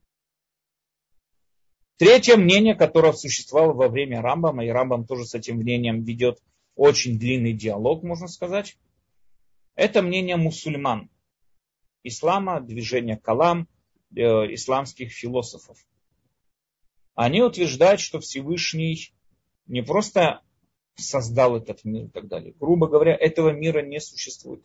Третье мнение, которое существовало во время Рамбама, и Рамбам тоже с этим мнением ведет очень длинный диалог, можно сказать, это мнение мусульман, ислама, движения Калам, исламских философов. Они утверждают, что Всевышний не просто создал этот мир и так далее. Грубо говоря, этого мира не существует.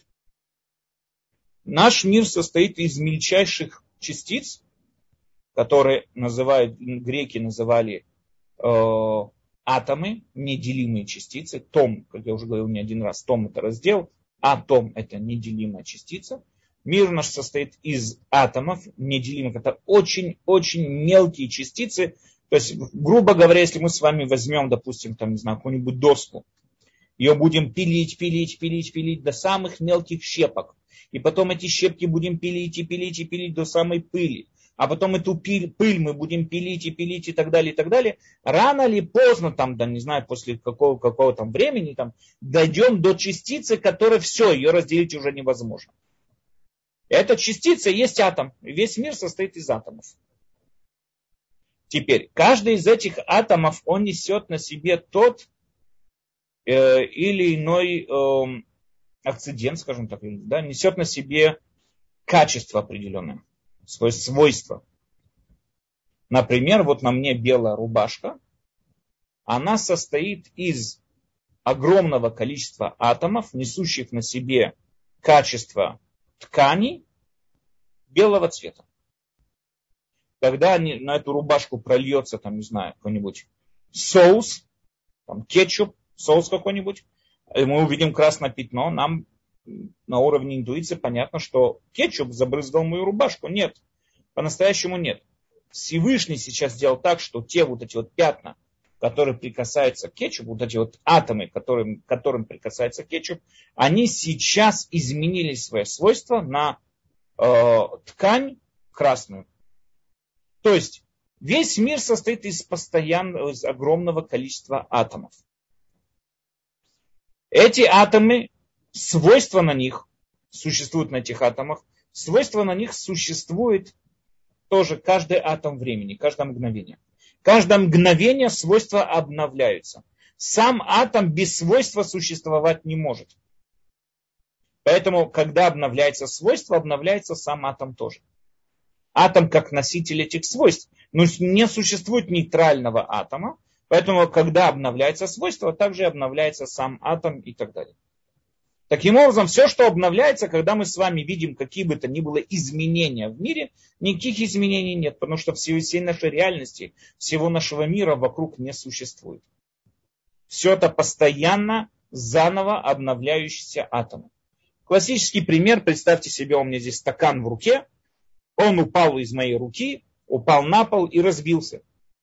Наш мир состоит из мельчайших частиц, которые греки называли атомы, неделимые частицы. Том, как я уже говорил не один раз, том это раздел, атом это неделимая частица. Мир наш состоит из атомов, неделимых. Это очень-очень мелкие частицы. То есть, грубо говоря, если мы с вами возьмем, допустим, там, не знаю, какую-нибудь доску, ее будем пилить до самых мелких щепок. И потом эти щепки будем пилить до самой пыли. А потом эту пыль мы будем пилить и так далее. Рано или поздно, там, да, не знаю, после какого там времени, там, дойдем до частицы, которая все, ее разделить уже невозможно. Эта частица есть атом. Весь мир состоит из атомов. Теперь, каждый из этих атомов, он несет на себе тот или иной акцидент, скажем так, да, несет на себе качество определенное, свое свойство. Например, вот на мне белая рубашка, она состоит из огромного количества атомов, несущих на себе качество ткани белого цвета. Когда на эту рубашку прольется, там, не знаю, какой-нибудь соус, там, кетчуп, соус какой-нибудь, и мы увидим красное пятно, нам на уровне интуиции понятно, что кетчуп забрызгал мою рубашку. Нет, по-настоящему нет. Всевышний сейчас сделал так, что те вот эти вот пятна, которые прикасаются к кетчупу, вот эти вот атомы, которым прикасается кетчуп, они сейчас изменили свои свойства на ткань красную. То есть весь мир состоит из огромного количества атомов. Эти атомы, свойства на них существуют на этих атомах, свойства на них существует тоже каждый атом времени, каждое мгновение. Каждое мгновение свойства обновляются. Сам атом без свойства существовать не может. Поэтому, когда обновляется свойство, обновляется сам атом тоже. Атом как носитель этих свойств. Но не существует нейтрального атома. Поэтому, когда обновляется свойство, также обновляется сам атом и так далее. Таким образом, все, что обновляется, когда мы с вами видим какие бы то ни было изменения в мире, никаких изменений нет, потому что всей нашей реальности, всего нашего мира вокруг не существует. Все это постоянно заново обновляющиеся атомы. Классический пример, представьте себе, у меня здесь стакан в руке, он упал из моей руки, упал на пол и разбился.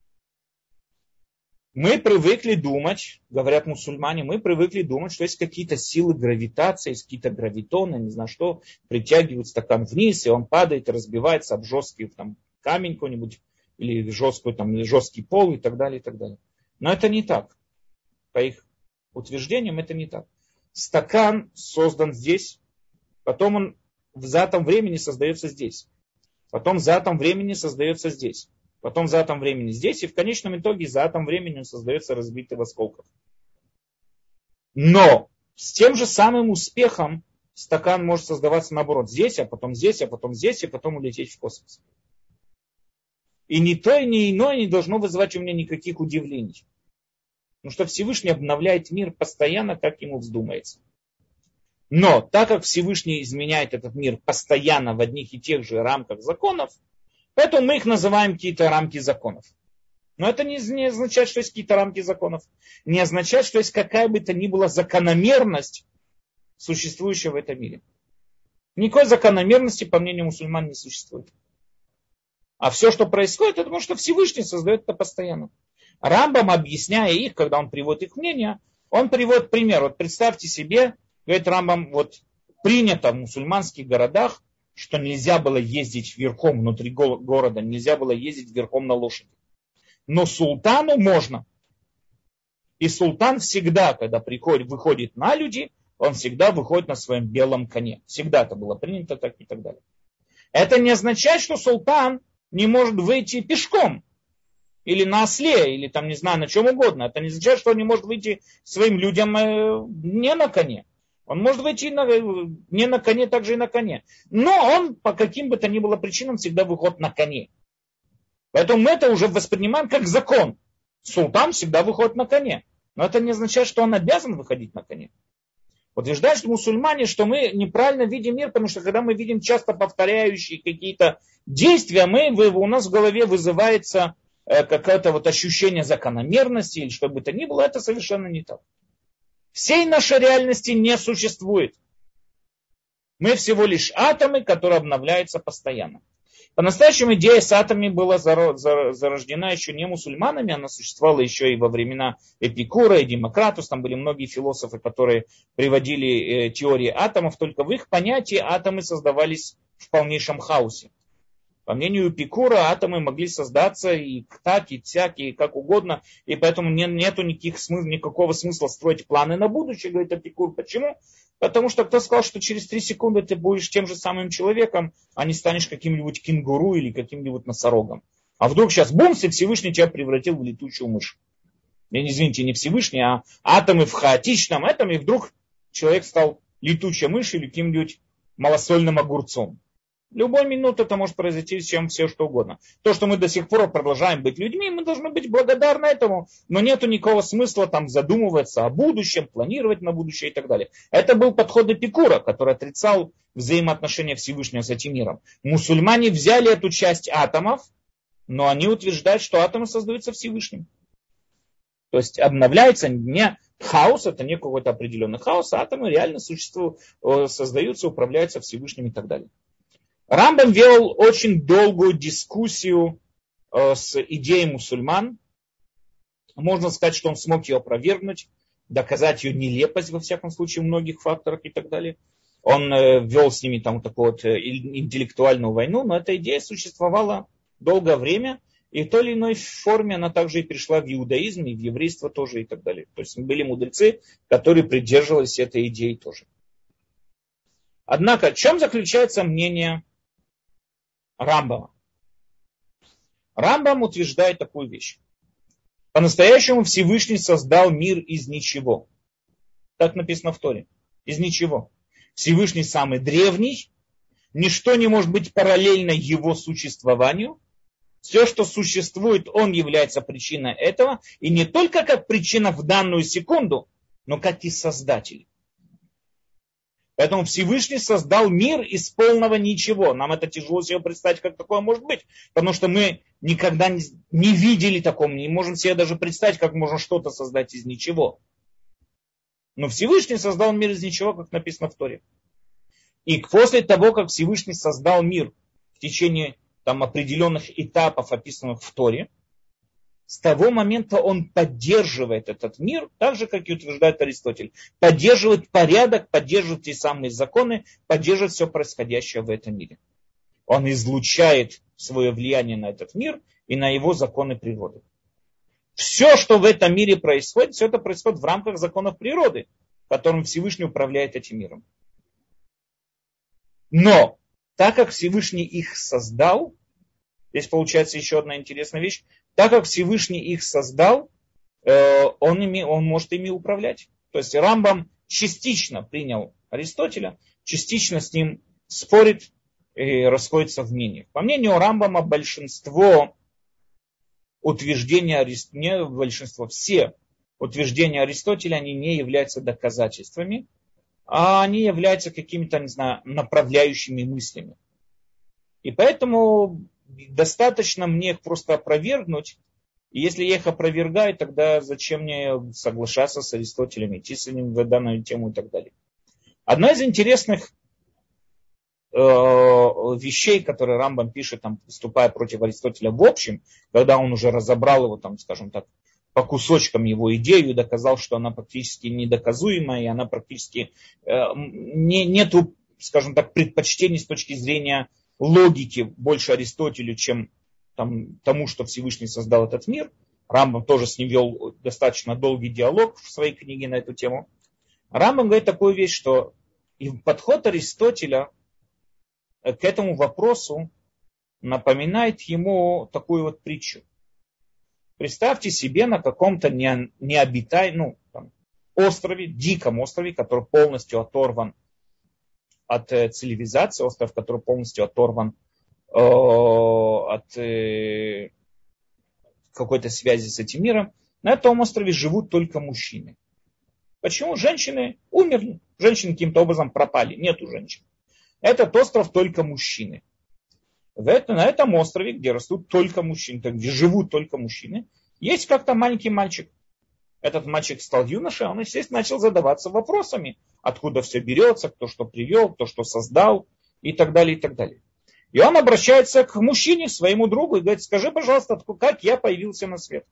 Мы привыкли думать, говорят мусульмане, что есть какие-то силы гравитации, есть какие-то гравитоны, не знаю что, притягивают стакан вниз, и он падает и разбивается об жесткий там, камень какой-нибудь, или жесткий пол и так далее, и так далее. Но это не так. По их утверждениям это не так. Стакан создан здесь, потом он за атом времени создается здесь. Потом за атом времени создается здесь. Потом за атом времени здесь. И в конечном итоге за атом времени он создается разбитый в осколках. Но с тем же самым успехом стакан может создаваться наоборот. Здесь, а потом здесь, а потом здесь, и потом улететь в космос. И ни то, ни иное не должно вызывать у меня никаких удивлений. Потому что Всевышний обновляет мир постоянно, как ему вздумается. Но так как Всевышний изменяет этот мир постоянно в одних и тех же рамках законов, поэтому мы их называем какие-то рамки законов. Но это не означает, что есть какие-то рамки законов. Не означает, что есть какая бы то ни была закономерность, существующая в этом мире. Никакой закономерности, по мнению мусульман, не существует. А все, что происходит, это потому, что Всевышний создает это постоянно. Рамбам, объясняя их, когда он приводит их мнение, он приводит пример. Вот представьте себе, говорит Рамбам, вот принято в мусульманских городах, что нельзя было ездить верхом внутри города, нельзя было ездить верхом на лошади. но султану можно. И султан всегда, когда выходит на люди, он всегда выходит на своем белом коне. Всегда это было принято так и так далее. Это не означает, что султан не может выйти пешком. Или на осле, или там, не знаю, на чем угодно. Это не означает, что он не может выйти своим людям не на коне. Он может выйти не на коне, также и на коне. Но он по каким бы то ни было причинам всегда выходит на коне. Поэтому мы это уже воспринимаем как закон. Султан всегда выходит на коне. Но это не означает, что он обязан выходить на коне. Утверждают мусульмане, что мы неправильно видим мир, потому что когда мы видим часто повторяющие какие-то действия, у нас в голове вызывается какое-то вот ощущение закономерности или что бы то ни было. Это совершенно не так. Всей нашей реальности не существует. Мы всего лишь атомы, которые обновляются постоянно. По-настоящему идея с атомами была зарождена еще не мусульманами, она существовала еще и во времена Эпикура и Демократус. Там были многие философы, которые приводили теории атомов, только в их понятии атомы создавались в полнейшем хаосе. По мнению Эпикура, атомы могли создаться и так, и сяк, и как угодно, и поэтому нету никакого смысла строить планы на будущее, говорит Эпикур. Почему? Потому что кто сказал, что через 3 секунды ты будешь тем же самым человеком, а не станешь каким-нибудь кенгуру или каким-нибудь носорогом. А вдруг сейчас бумс, и Всевышний тебя превратил в летучую мышь. Извините, не Всевышний, а атомы в хаотичном этом, и вдруг человек стал летучей мышью или каким-нибудь малосольным огурцом. В любой минуту это может произойти с чем все что угодно. То, что мы до сих пор продолжаем быть людьми, мы должны быть благодарны этому, но нету никакого смысла там задумываться о будущем, планировать на будущее и так далее. Это был подход Эпикура, который отрицал взаимоотношения Всевышнего с этим миром. Мусульмане взяли эту часть атомов, но они утверждают, что атомы создаются Всевышним. То есть обновляется не хаос, это не какой-то определенный хаос, а атомы реально существуют, создаются, управляются Всевышним и так далее. Рамбам вел очень долгую дискуссию с идеей мусульман. Можно сказать, что он смог ее опровергнуть, доказать ее нелепость, во всяком случае, в многих факторах и так далее. Он вел с ними там такую вот интеллектуальную войну, но эта идея существовала долгое время, и в той или иной форме она также и пришла в иудаизм, и в еврейство тоже и так далее. То есть были мудрецы, которые придерживались этой идеи тоже. Однако, в чем заключается мнение Рамбама? Рамбам утверждает такую вещь. По-настоящему Всевышний создал мир из ничего. Так написано в Торе. Из ничего. Всевышний самый древний. Ничто не может быть параллельно его существованию. Все, что существует, он является причиной этого. И не только как причина в данную секунду, но как и создатель. Поэтому Всевышний создал мир из полного ничего. Нам это тяжело себе представить, как такое может быть. Потому что мы никогда не видели такого. Не можем себе даже представить, как можно что-то создать из ничего. Но Всевышний создал мир из ничего, как написано в Торе. И после того, как Всевышний создал мир в течение там, определенных этапов, описанных в Торе, с того момента он поддерживает этот мир, так же, как и утверждает Аристотель. Поддерживает порядок, поддерживает те самые законы, поддерживает все происходящее в этом мире. Он излучает свое влияние на этот мир и на его законы природы. Все, что в этом мире происходит, все это происходит в рамках законов природы, которым Всевышний управляет этим миром. Но, так как Всевышний их создал, здесь получается еще одна интересная вещь, так как Всевышний их создал, он может ими управлять. То есть Рамбам частично принял Аристотеля, частично с ним спорит и расходится в мнениях. По мнению Рамбама, большинство утверждений, все утверждения Аристотеля, они не являются доказательствами, а они являются какими-то, не знаю, направляющими мыслями. И поэтому достаточно мне их просто опровергнуть. И если я их опровергаю, тогда зачем мне соглашаться с Аристотелем, идти с ним в данную тему и так далее. Одна из интересных вещей, которые Рамбам пишет, там, выступая против Аристотеля в общем, когда он уже разобрал его, там, скажем так, по кусочкам его идею, доказал, что она практически недоказуемая, и она практически нету, скажем так, предпочтений с точки зрения логики больше Аристотелю, чем тому, что Всевышний создал этот мир. Рамбам тоже с ним вел достаточно долгий диалог в своей книге на эту тему. Рамбам говорит такую вещь, что и подход Аристотеля к этому вопросу напоминает ему такую вот притчу. Представьте себе на каком-то необитаемом острове, диком острове, который полностью оторван от цивилизации, остров, который полностью оторван от какой-то связи с этим миром. На этом острове живут только мужчины. Почему? Женщины умерли, женщины каким-то образом пропали, нету женщин. Этот остров только мужчины. На этом острове, где растут только мужчины, где живут только мужчины, есть как-то маленький мальчик. Этот мальчик стал юношей, он, естественно, начал задаваться вопросами, откуда все берется, кто что привел, кто что создал и так далее, и так далее. И он обращается к мужчине, своему другу, и говорит: скажи, пожалуйста, как я появился на свет.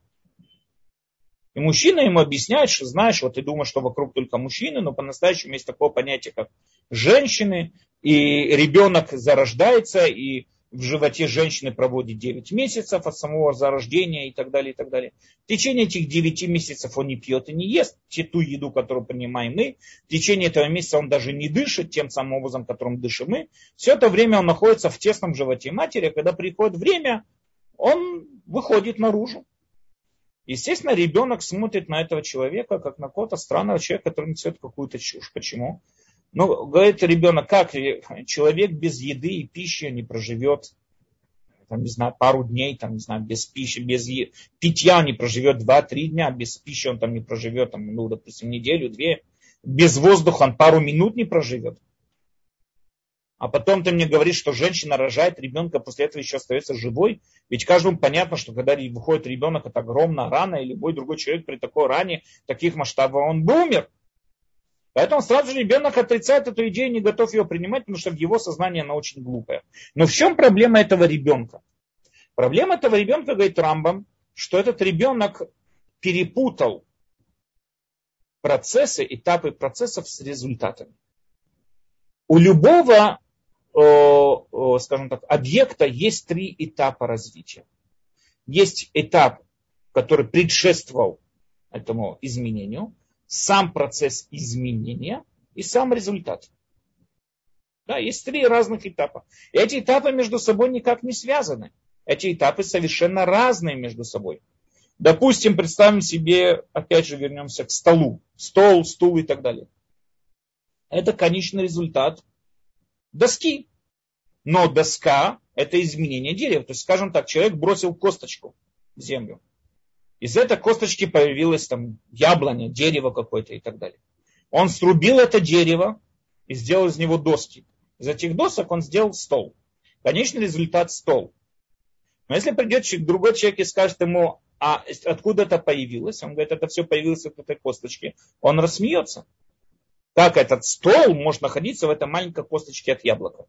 И мужчина ему объясняет, что знаешь, вот ты думаешь, что вокруг только мужчины, но по-настоящему есть такое понятие, как женщины, и ребенок зарождается, и в животе женщины проводит 9 месяцев от самого зарождения и так далее, и так далее. В течение этих 9 месяцев он не пьет и не ест ту еду, которую принимаем мы. В течение этого месяца он даже не дышит тем самым образом, которым дышим мы. Все это время он находится в тесном животе матери, а когда приходит время, он выходит наружу. Естественно, ребенок смотрит на этого человека, как на какого-то странного человека, который несет какую-то чушь. Почему? Ну, говорит ребенок, как человек без еды и пищи не проживет, там, не знаю, пару дней, там, не знаю, без пищи, без питья не проживет 2-3 дня, без пищи он там не проживет, там, ну, допустим, неделю, 2, без воздуха он пару минут не проживет. А потом ты мне говоришь, что женщина рожает ребенка, после этого еще остается живой. Ведь каждому понятно, что когда выходит ребенок, это огромная рана, и любой другой человек при такой ране, таких масштабов, он бы умер. Поэтому сразу же ребенок отрицает эту идею, не готов ее принимать, потому что в его сознании она очень глупая. Но в чем проблема этого ребенка? Проблема этого ребенка, говорит Рамбам, что этот ребенок перепутал процессы, этапы процессов с результатами. У любого, скажем так, объекта есть 3 этапа развития. Есть этап, который предшествовал этому изменению, сам процесс изменения и сам результат. Да, есть 3 разных этапа. И эти этапы между собой никак не связаны. Эти этапы совершенно разные между собой. Допустим, представим себе, опять же вернемся к столу. Стол, стул и так далее. Это конечный результат доски. Но доска – это изменение дерева. То есть, скажем так, человек бросил косточку в землю. Из этой косточки появилось там яблоня, дерево какое-то и так далее. Он срубил это дерево и сделал из него доски. Из этих досок он сделал стол. Конечный результат – стол. Но если придет другой человек и скажет ему, а откуда это появилось? Он говорит, это все появилось от этой косточки. Он рассмеется. Как этот стол может находиться в этой маленькой косточке от яблока?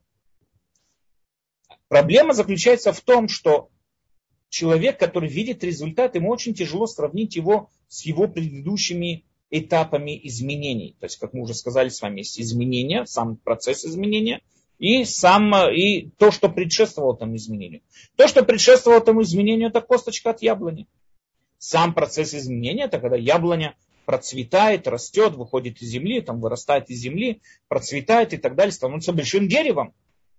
Проблема заключается в том, что человек, который видит результат, ему очень тяжело сравнить его с его предыдущими этапами изменений. То есть, как мы уже сказали с вами, есть изменения, сам процесс изменения и то, что предшествовало этому изменению. То, что предшествовало этому изменению, это косточка от яблони. Сам процесс изменения, это когда яблоня процветает, растет, выходит из земли, там вырастает из земли, процветает и так далее, становится большим деревом.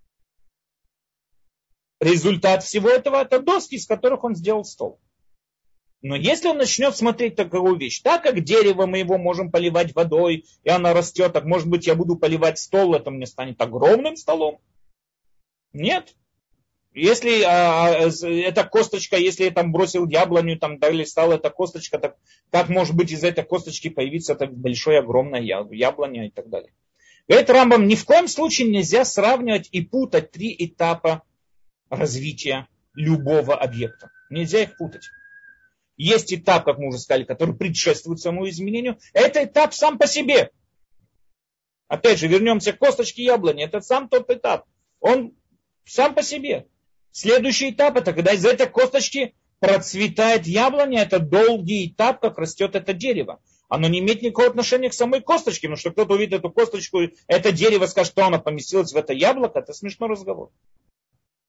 Результат всего этого – это доски, из которых он сделал стол. Но если он начнет смотреть такую вещь, так как дерево мы его можем поливать водой, и оно растет, так может быть я буду поливать стол, это мне станет огромным столом? Нет. Если эта косточка, если я там бросил яблоню, там далее стала эта косточка, так как может быть из этой косточки появиться это большое, огромное яблоня и так далее. Говорит Рамбам, ни в коем случае нельзя сравнивать и путать 3 этапа развития любого объекта. Нельзя их путать. Есть этап, как мы уже сказали, который предшествует самому изменению. Это этап сам по себе. Опять же, вернемся к косточке яблони. Это сам тот этап. Он сам по себе. Следующий этап, это когда из этой косточки процветает яблоня. Это долгий этап, как растет это дерево. Оно не имеет никакого отношения к самой косточке. Потому что кто-то увидит эту косточку, это дерево скажет, что оно поместилось в это яблоко. Это смешной разговор.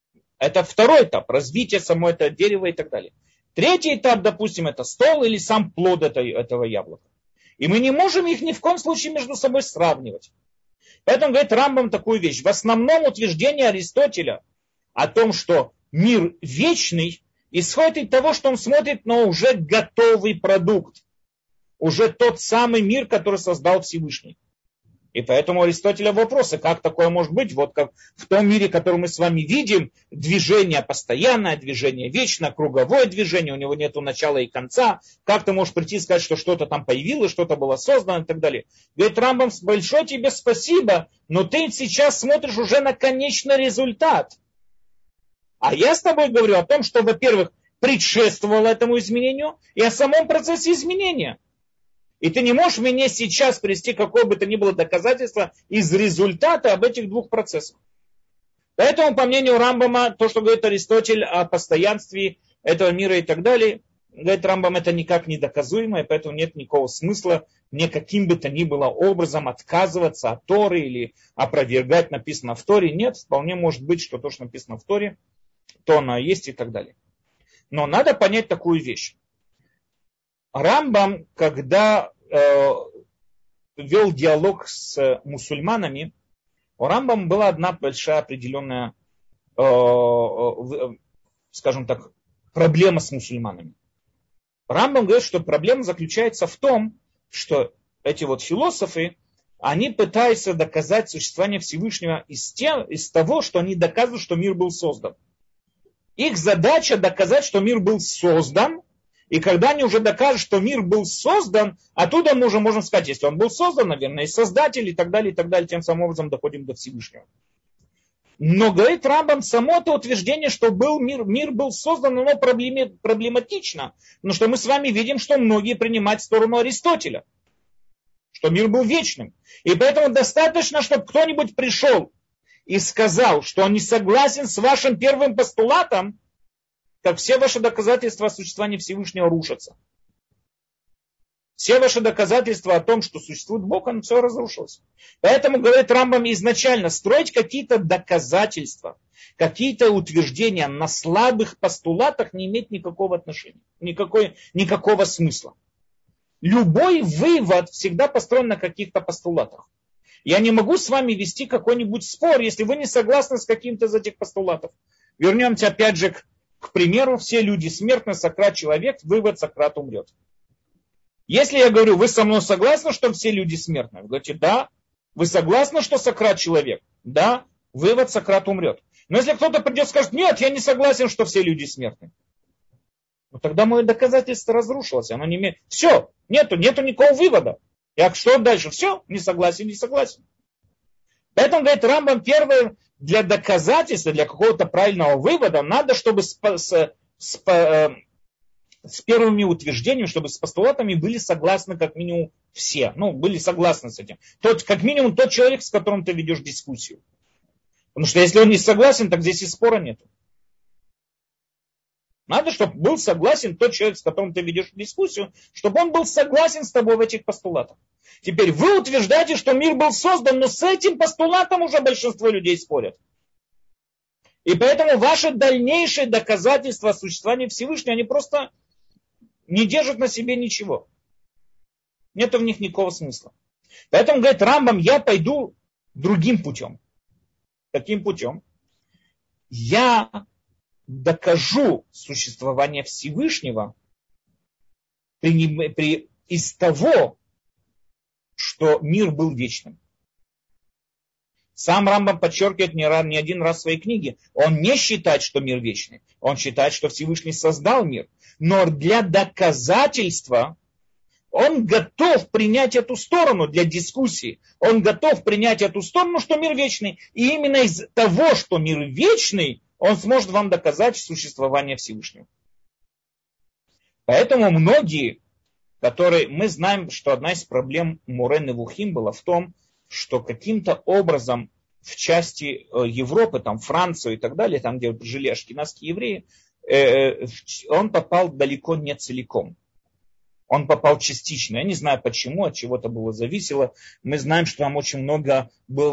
Это второй этап, развитие самого этого дерева и так далее. Третий этап, допустим, это стол или сам плод этого яблока. И мы не можем их ни в коем случае между собой сравнивать. Поэтому говорит Рамбам такую вещь. В основном утверждение Аристотеля о том, что мир вечный, исходит из того, что он смотрит на уже готовый продукт. Уже тот самый мир, который создал Всевышний. И поэтому у Аристотеля вопросы, как такое может быть, вот как в том мире, который мы с вами видим, движение постоянное, движение вечное, круговое движение, у него нет начала и конца, как ты можешь прийти и сказать, что что-то там появилось, что-то было создано и так далее. Говорит Рамбам, большое тебе спасибо, но ты сейчас смотришь уже на конечный результат. А я с тобой говорю о том, что, во-первых, предшествовало этому изменению и о самом процессе изменения. И ты не можешь мне сейчас привести какое бы то ни было доказательство из результата об этих двух процессах. Поэтому, по мнению Рамбама, то, что говорит Аристотель о постоянстве этого мира и так далее, говорит Рамбам, это никак не доказуемо, и поэтому нет никакого смысла мне каким бы то ни было образом отказываться от Торы или опровергать написано в Торе. Нет, вполне может быть, что то, что написано в Торе, то оно есть и так далее. Но надо понять такую вещь. Рамбам, когда вел диалог с мусульманами, у Рамбама была одна большая определенная, скажем так, проблема с мусульманами. Рамбам говорит, что проблема заключается в том, что эти вот философы, они пытаются доказать существование Всевышнего из того, что они доказывают, что мир был создан. Их задача доказать, что мир был создан, и когда они уже докажут, что мир был создан, оттуда мы уже можем сказать, если он был создан, наверное, и создатель, и так далее, тем самым образом доходим до Всевышнего. Но говорит Рамбам, само это утверждение, что был мир был создан, оно проблематично, потому что мы с вами видим, что многие принимают сторону Аристотеля, что мир был вечным. И поэтому достаточно, чтобы кто-нибудь пришел и сказал, что он не согласен с вашим первым постулатом, как все ваши доказательства о существовании Всевышнего рушатся. Все ваши доказательства о том, что существует Бог, оно все разрушилось. Поэтому, говорит Рамбам, изначально строить какие-то доказательства, какие-то утверждения на слабых постулатах не имеет никакого отношения, никакого смысла. Любой вывод всегда построен на каких-то постулатах. Я не могу с вами вести какой-нибудь спор, если вы не согласны с каким-то из этих постулатов. Вернемся опять же к примеру, все люди смертны, Сократ человек, вывод Сократ умрет. Если я говорю, вы со мной согласны, что все люди смертны? Вы говорите, да. Вы согласны, что Сократ человек? Да. Вывод Сократ умрет. Но если кто-то придет и скажет, нет, я не согласен, что все люди смертны. Ну, тогда мое доказательство разрушилось. Оно не имеет... Все, нету никакого вывода. Я что дальше? Все, не согласен. Поэтому, говорит Рамбам, первое, для доказательства, для какого-то правильного вывода, надо, чтобы с первыми утверждениями, чтобы с постулатами были согласны как минимум все. Ну, были согласны с этим. Как минимум тот человек, с которым ты ведешь дискуссию. Потому что если он не согласен, так здесь и спора нет. Надо, чтобы был согласен тот человек, с которым ты ведешь дискуссию, чтобы он был согласен с тобой в этих постулатах. Теперь вы утверждаете, что мир был создан, но с этим постулатом уже большинство людей спорят. И поэтому ваши дальнейшие доказательства существования Всевышнего, они просто не держат на себе ничего. Нет в них никакого смысла. Поэтому, говорит Рамбам, я пойду другим путем. Каким путем? Я докажу существование Всевышнего из того, что мир был вечным. Сам Рамбам подчеркивает не один раз в своей книге. Он не считает, что мир вечный. Он считает, что Всевышний создал мир. Но для доказательства он готов принять эту сторону для дискуссии. Он готов принять эту сторону, что мир вечный. И именно из того, что мир вечный, он сможет вам доказать существование Всевышнего. Поэтому многие, мы знаем, что одна из проблем Море Невухим была в том, что каким-то образом в части Европы, там Францию и так далее, там где жили ашкеназские евреи, он попал далеко не целиком. Он попал частично. Я не знаю почему, от чего-то было зависело. Мы знаем, что там очень много было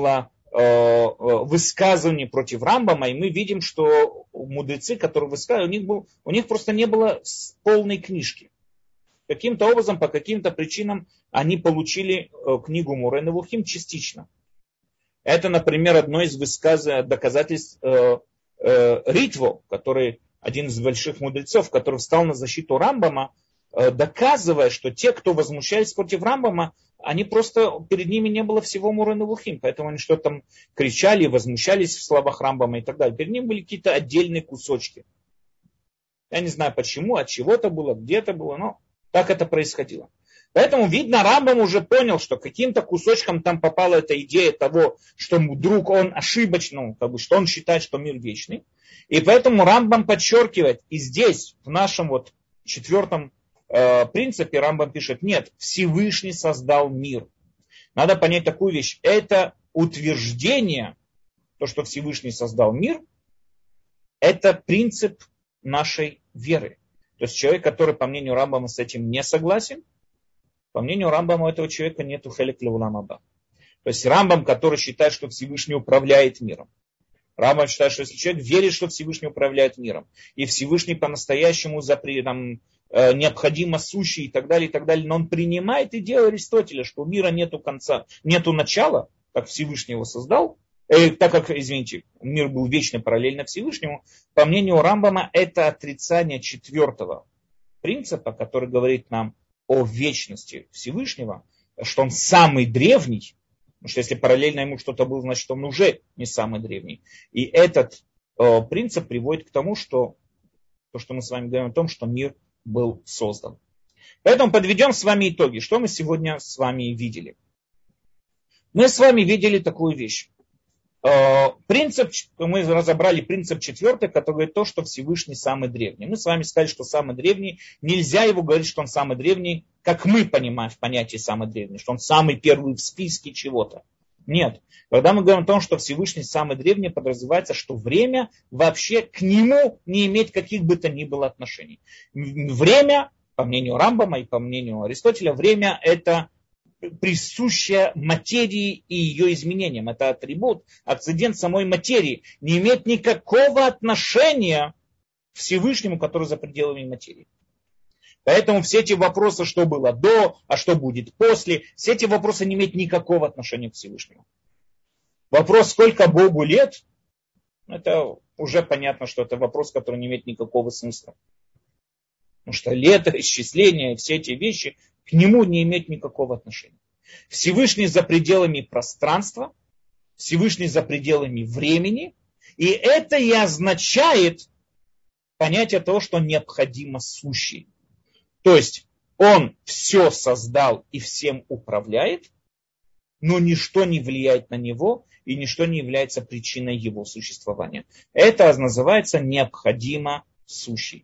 высказываний против Рамбама, и мы видим, что мудрецы, которые высказывали, у них просто не было полной книжки. Каким-то образом, по каким-то причинам они получили книгу Морeh Невухим частично. Это, например, одно из доказательств Ритво, который один из больших мудрецов, который встал на защиту Рамбама, доказывая, что те, кто возмущались против Рамбама, они просто, перед ними не было всего Морeh Невухим, поэтому они что-то там кричали, возмущались в словах Рамбама и так далее. Перед ними были какие-то отдельные кусочки. Я не знаю почему, от чего-то было, где-то было, но так это происходило. Поэтому, видно, Рамбам уже понял, что каким-то кусочком там попала эта идея того, что вдруг он ошибочно, что он считает, что мир вечный. И поэтому Рамбам подчеркивает, и здесь, в нашем вот 4 принципе, Рамбам пишет, нет, Всевышний создал мир. Надо понять такую вещь. Это утверждение, то, что Всевышний создал мир, это принцип нашей веры. То есть человек, который, по мнению Рамбама, с этим не согласен, по мнению Рамбама, у этого человека нету хелек леулам аба. То есть Рамбам, который считает, что Всевышний управляет миром. Рамбам считает, что если человек верит, что Всевышний управляет миром, и Всевышний по-настоящему необходимо сущий и так далее, но он принимает идею Аристотеля, что у мира нету конца, нету начала, как Всевышний его создал, так как, извините, мир был вечно параллельно Всевышнему, по мнению Рамбама, это отрицание 4 принципа, который говорит нам о вечности Всевышнего, что он самый древний, потому что если параллельно ему что-то было, значит он уже не самый древний. И этот принцип приводит к тому, что то, что мы с вами говорим о том, что мир был создан. Поэтому подведем с вами итоги. Что мы сегодня с вами видели? Мы с вами видели такую вещь. Мы разобрали принцип 4, который говорит то, что Всевышний самый древний. Мы с вами сказали, что самый древний, нельзя его говорить, что он самый древний, как мы понимаем в понятии самый древний, что он самый первый в списке чего-то. Нет. Когда мы говорим о том, что Всевышний самый древний, подразумевается, что время вообще к нему не имеет каких бы то ни было отношений. Время, по мнению Рамбама и по мнению Аристотеля, время это присущая материи и ее изменениям. Это атрибут, акцидент самой материи. Не имеет никакого отношения к Всевышнему, который за пределами материи. Поэтому все эти вопросы, что было до, а что будет после, все эти вопросы не имеют никакого отношения к Всевышнему. Вопрос, сколько Богу лет, это уже понятно, что это вопрос, который не имеет никакого смысла. Потому что лето, исчисление, все эти вещи к нему не имеют никакого отношения. Всевышний за пределами пространства, Всевышний за пределами времени, и это и означает понятие того, что необходимо сущий. То есть он все создал и всем управляет, но ничто не влияет на него и ничто не является причиной его существования. Это называется необходимо сущий.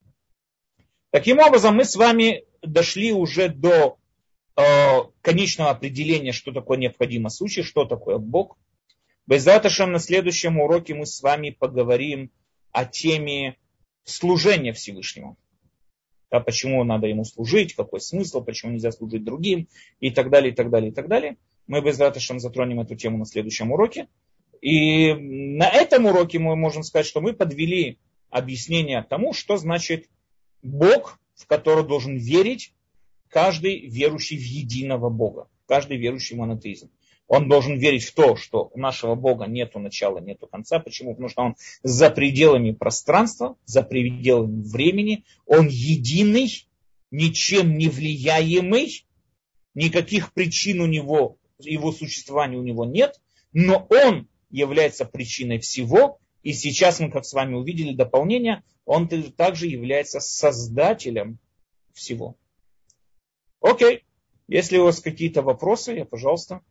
Таким образом, мы с вами дошли уже до конечного определения, что такое необходимо сущий, что такое Бог. Бейзрат Ашем, на следующем уроке мы с вами поговорим о теме служения Всевышнему. Да, почему надо ему служить, какой смысл, почему нельзя служить другим и так далее, и так далее, и так далее. Мы Бейзрат Ашем затронем эту тему на следующем уроке. И на этом уроке мы можем сказать, что мы подвели объяснение тому, что значит Бог, в который должен верить каждый верующий в единого Бога, каждый верующий в монотеизм. Он должен верить в то, что у нашего Бога нету начала, нету конца. Почему? Потому что он за пределами пространства, за пределами времени. Он единый, ничем не влияемый. Никаких причин у него, его существования у него нет. Но он является причиной всего. И сейчас мы, как с вами увидели, дополнение, он также является создателем всего. Окей. Если у вас какие-то вопросы, пожалуйста.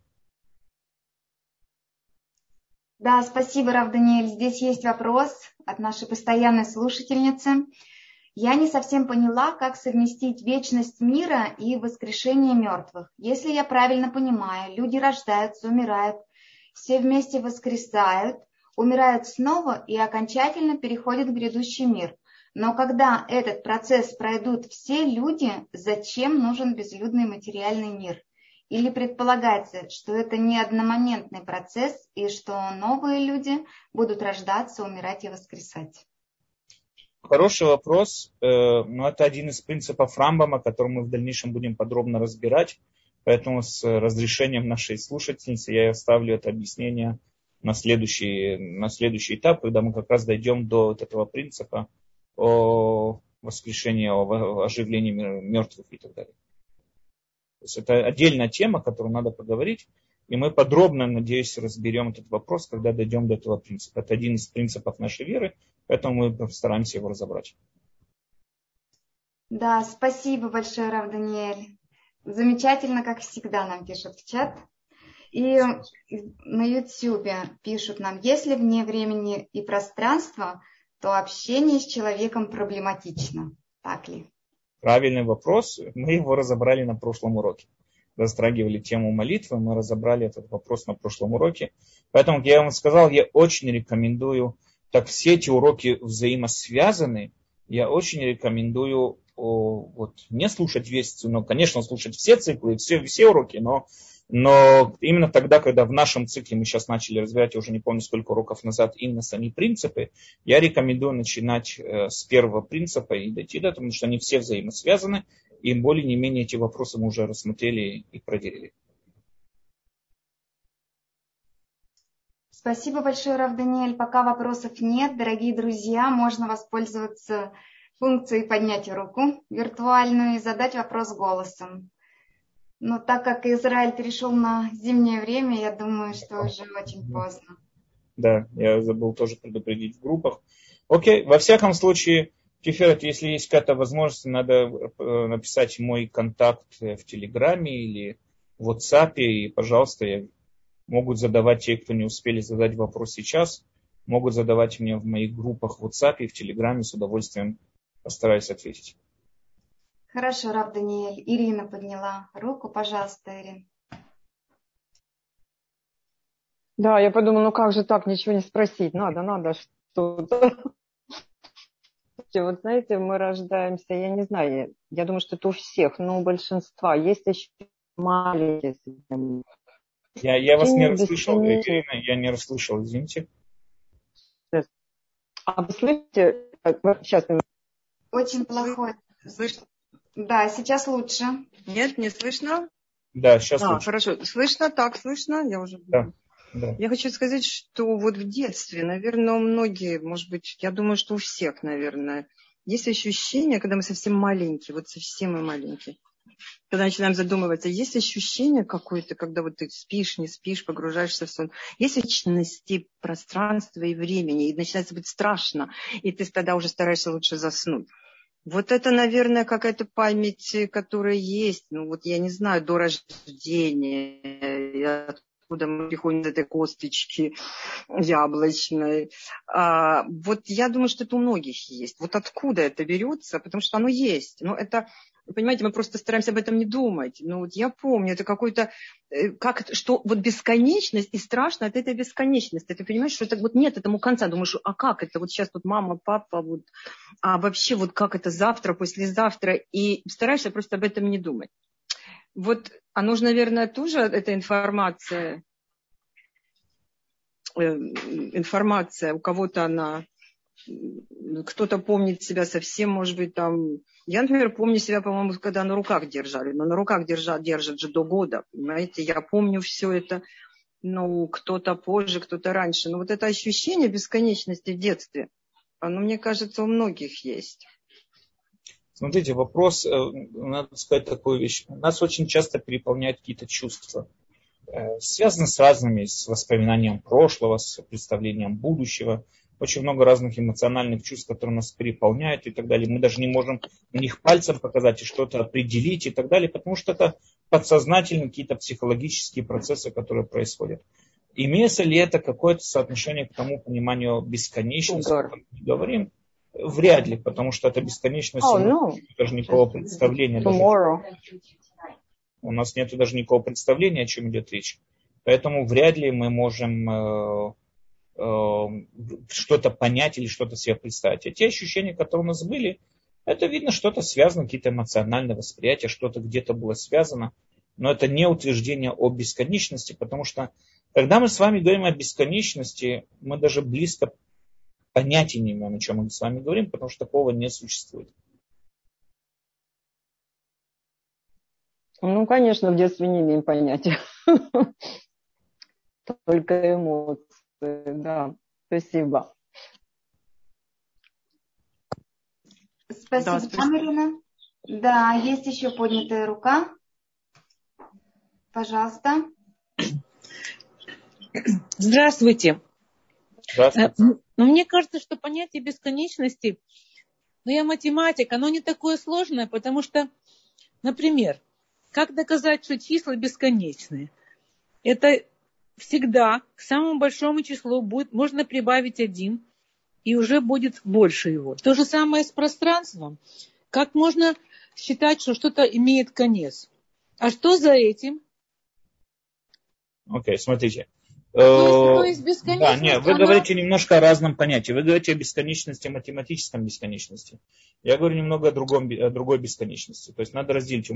Да, спасибо, Рав Даниэль. Здесь есть вопрос от нашей постоянной слушательницы. Я не совсем поняла, как совместить вечность мира и воскрешение мертвых. Если я правильно понимаю, люди рождаются, умирают, все вместе воскресают, умирают снова и окончательно переходят в грядущий мир. Но когда этот процесс пройдут все люди, зачем нужен безлюдный материальный мир? Или предполагается, что это не одномоментный процесс и что новые люди будут рождаться, умирать и воскресать? Хороший вопрос. Но это один из принципов Рамбама, который мы в дальнейшем будем подробно разбирать. Поэтому с разрешением нашей слушательницы я оставлю это объяснение на следующий этап, когда мы как раз дойдем до вот этого принципа о воскрешении, о оживлении мертвых и так далее. То есть это отдельная тема, которую надо поговорить. И мы подробно, надеюсь, разберем этот вопрос, когда дойдем до этого принципа. Это один из принципов нашей веры, поэтому мы постараемся его разобрать. Да, спасибо большое, Рав Даниэль. Замечательно, как всегда, нам пишут в чат. И на Ютьюбе пишут нам, если вне времени и пространства, то общение с человеком проблематично. Так ли? Правильный вопрос. Мы его разобрали на прошлом уроке. Затрагивали тему молитвы, мы разобрали этот вопрос на прошлом уроке. Поэтому, как я вам сказал, я очень рекомендую, так все эти уроки взаимосвязаны, я очень рекомендую не слушать весь цикл, но, конечно, слушать все циклы, все уроки, но именно тогда, когда в нашем цикле мы сейчас начали разбирать, я уже не помню, сколько уроков назад, именно сами принципы, я рекомендую начинать с первого принципа и дойти до этого, потому что они все взаимосвязаны, и более не менее эти вопросы мы уже рассмотрели и проверили. Спасибо большое, Рав Даниэль. Пока вопросов нет, дорогие друзья, можно воспользоваться функцией поднять руку виртуальную и задать вопрос голосом. Но так как Израиль перешел на зимнее время, я думаю, что уже очень поздно. Да, я забыл тоже предупредить в группах. Окей, во всяком случае, Кеферет, если есть какая-то возможность, надо написать мой контакт в Телеграме или в WhatsApp, и, пожалуйста, могут задавать те, кто не успели задать вопрос сейчас, могут задавать мне в моих группах в WhatsApp и в Телеграме, с удовольствием постараюсь ответить. Хорошо, Рав Даниэль. Ирина подняла руку. Пожалуйста, Ирина. Да, я подумала, ну как же так, ничего не спросить. Надо что-то. Вот знаете, мы рождаемся, я не знаю, я думаю, что это у всех, но у большинства. Есть еще маленькие. Я вас не расслышал, Ирина, я не расслышал, извините. А вы слышите? Сейчас. Очень плохой. Слышно? Да, сейчас лучше. Нет, не слышно? Да, сейчас лучше. Хорошо. Слышно? Так, слышно? Я уже... Да. Я хочу сказать, что вот в детстве, наверное, у многих, может быть, я думаю, что у всех, наверное, есть ощущение, когда мы совсем маленькие, вот совсем мы маленькие. Когда начинаем задумываться, есть ощущение какое-то, когда вот ты спишь, не спишь, погружаешься в сон. Есть личности пространства и времени, и начинается быть страшно, и ты тогда уже стараешься лучше заснуть. Вот это, наверное, какая-то память, которая есть, ну вот я не знаю, до рождения, откуда мы приходим из этой косточки яблочной. Вот я думаю, что это у многих есть. Вот откуда это берется, потому что оно есть. Но это, понимаете, мы просто стараемся об этом не думать. Но вот я помню, это какой-то, что вот бесконечность и страшно от этой бесконечности. Ты понимаешь, что это вот нет этому конца. Думаешь, а как это? Вот сейчас вот мама, папа, вот, а вообще вот как это завтра, послезавтра? И стараешься просто об этом не думать. Вот, оно же, наверное, тоже эта информация, у кого-то она, кто-то помнит себя совсем, может быть, там... Я, например, помню себя, по-моему, когда на руках держали, но на руках держат же до года, понимаете, я помню все это, ну, кто-то позже, кто-то раньше, но вот это ощущение бесконечности в детстве, оно, мне кажется, у многих есть. Смотрите, вопрос, надо сказать такую вещь. Нас очень часто переполняют какие-то чувства, связаны с разными, с воспоминанием прошлого, с представлением будущего. Очень много разных эмоциональных чувств, которые нас переполняют и так далее. Мы даже не можем на них пальцем показать и что-то определить и так далее, потому что это подсознательные какие-то психологические процессы, которые происходят. Имеется ли это какое-то соотношение к тому пониманию бесконечности, о котором мы говорим? Вряд ли, потому что это бесконечность, даже никакого представления. У нас нет даже никакого представления, о чем идет речь. Поэтому вряд ли мы можем что-то понять или что-то себе представить. А те ощущения, которые у нас были, это видно, что-то связано, какие-то эмоциональные восприятия, что-то где-то было связано. но это не утверждение о бесконечности, потому что когда мы с вами говорим о бесконечности, мы даже близко понятия не имеем, о чем мы с вами говорим, потому что такого не существует. Ну, конечно, в детстве не имеем понятия. Только эмоции, да. Спасибо. Спасибо, да, Марина. Да, есть еще поднятая рука. Пожалуйста. Здравствуйте. Здравствуйте. Но мне кажется, что понятие бесконечности, я математик, оно не такое сложное, потому что, например, как доказать, что числа бесконечные? Это всегда к самому большому числу можно прибавить 1, и уже будет больше его. То же самое с пространством. Как можно считать, что что-то имеет конец? А что за этим? Окей, смотрите. То есть бесконечность... Да, нет, вы говорите немножко о разном понятии. Вы говорите о бесконечности, математическом бесконечности. Я говорю немного о другой бесконечности. То есть надо разделить.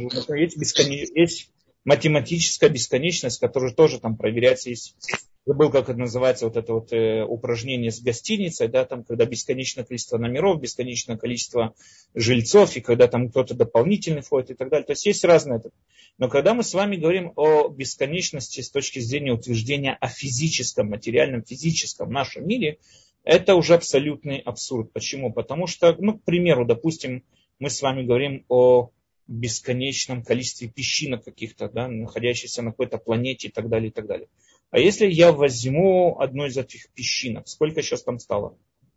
Есть математическая бесконечность, которая тоже там проверяется. Есть, забыл, как это называется, вот это вот упражнение с гостиницей, да, там, когда бесконечное количество номеров, бесконечное количество жильцов, и когда там кто-то дополнительный входит и так далее. То есть есть разные. Но когда мы с вами говорим о бесконечности с точки зрения утверждения о физическом, материальном, физическом нашем мире, это уже абсолютный абсурд. Почему? Потому что, к примеру, допустим, мы с вами говорим о бесконечном количестве песчинок каких-то, да, находящихся на какой-то планете и так далее, и так далее. А если я возьму одну из этих песчинок, сколько сейчас там стало?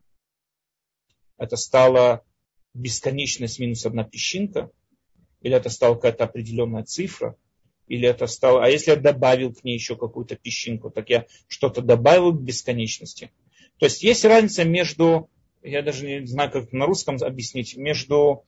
Это стало бесконечность минус одна песчинка? Или это стала какая-то определенная цифра? Или это стало... А если я добавил к ней еще какую-то песчинку, так я что-то добавил к бесконечности? То есть есть разница между, я даже не знаю, как на русском объяснить, между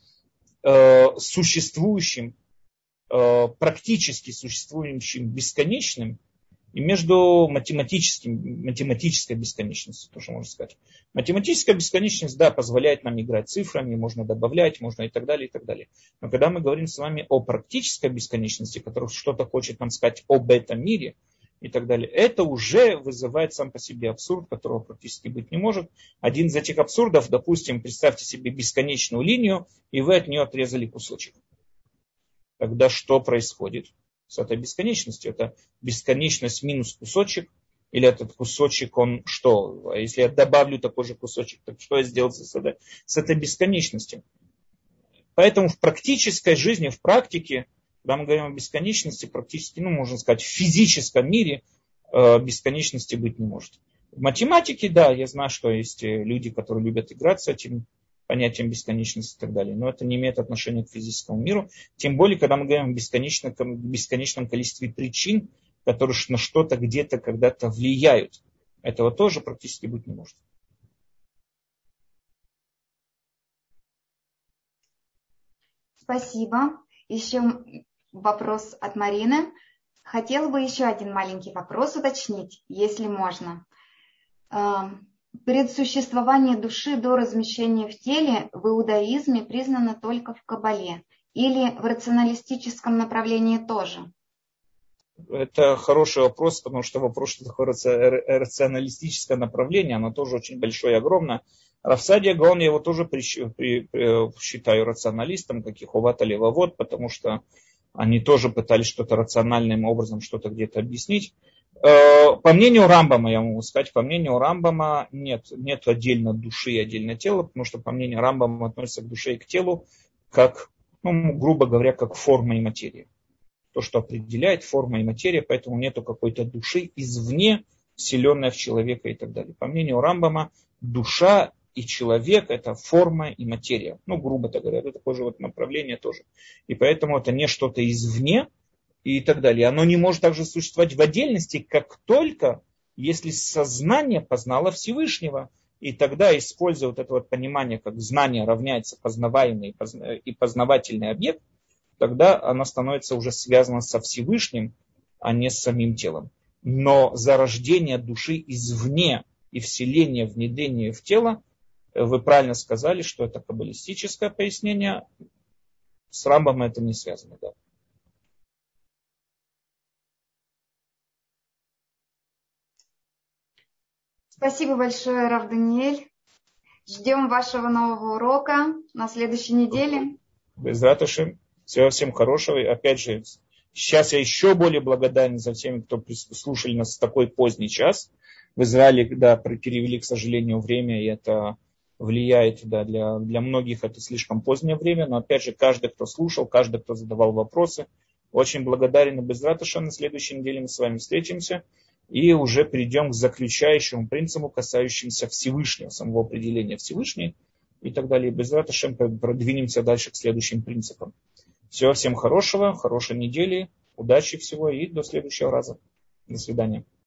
существующим, практически существующим бесконечным и между математической бесконечностью, тоже можно сказать. Математическая бесконечность, да, позволяет нам играть цифрами, можно добавлять, можно и так далее, и так далее. Но когда мы говорим с вами о практической бесконечности, которая что-то хочет нам сказать об этом мире и так далее, это уже вызывает сам по себе абсурд, которого практически быть не может. Один из этих абсурдов, допустим, представьте себе бесконечную линию, и вы от нее отрезали кусочек. Тогда что происходит с этой бесконечностью? Это бесконечность минус кусочек, или этот кусочек, он что? А если я добавлю такой же кусочек, так что я сделал с этой бесконечностью? Поэтому в практической жизни, в практике, когда мы говорим о бесконечности, практически, можно сказать, в физическом мире бесконечности быть не может. В математике, да, я знаю, что есть люди, которые любят играть с этим понятием бесконечности и так далее. Но это не имеет отношения к физическому миру. Тем более, когда мы говорим о бесконечном количестве причин, которые на что-то где-то когда-то влияют. Этого тоже практически быть не может. Спасибо. Еще вопрос от Марины. Хотела бы еще один маленький вопрос уточнить, если можно. Предсуществование души до размещения в теле в иудаизме признано только в Кабале или в рационалистическом направлении тоже? Это хороший вопрос, потому что вопрос, что такое рационалистическое направление, оно тоже очень большое и огромное. Рав Садия Гаон, я его тоже считаю рационалистом, как и Хуват Левавод, потому что они тоже пытались что-то рациональным образом что-то где-то объяснить. По мнению Рамбама, я могу сказать, по мнению Рамбама нет отдельно души и отдельно тела, потому что по мнению Рамбама относится к душе и к телу как, грубо говоря, как форма и материя. То, что определяет форма и материя, поэтому нету какой-то души извне, вселенной в человека и так далее. По мнению Рамбама, душа и человек – это форма и материя. Грубо так говоря, это такое же направление тоже. И поэтому это не что-то извне и так далее. Оно не может также существовать в отдельности, как только если сознание познало Всевышнего. И тогда, используя это понимание, как знание равняется познаваемый и познавательный объект, тогда она становится уже связана со Всевышним, а не с самим телом. Но зарождение души извне и вселение, внедрение в тело, вы правильно сказали, что это каббалистическое пояснение, с Рамбамом это не связано. Да. Спасибо большое, Рав Даниэль. Ждем вашего нового урока на следующей неделе. Безрат Ашем. Всего всем хорошего. И опять же, сейчас я еще более благодарен за всеми, кто слушали нас в такой поздний час. В Израиле, да, перевели, к сожалению, время, и это влияет, да, для многих это слишком позднее время. Но опять же, каждый, кто слушал, каждый, кто задавал вопросы, очень благодарен. И Безрат Ашем на следующей неделе мы с вами встретимся. И уже перейдем к заключающему принципу, касающемуся Всевышнего, самого определения Всевышнего и так далее. Безрат Ашем продвинемся дальше к следующим принципам. Всего всем хорошего, хорошей недели, удачи всего и до следующего раза. До свидания.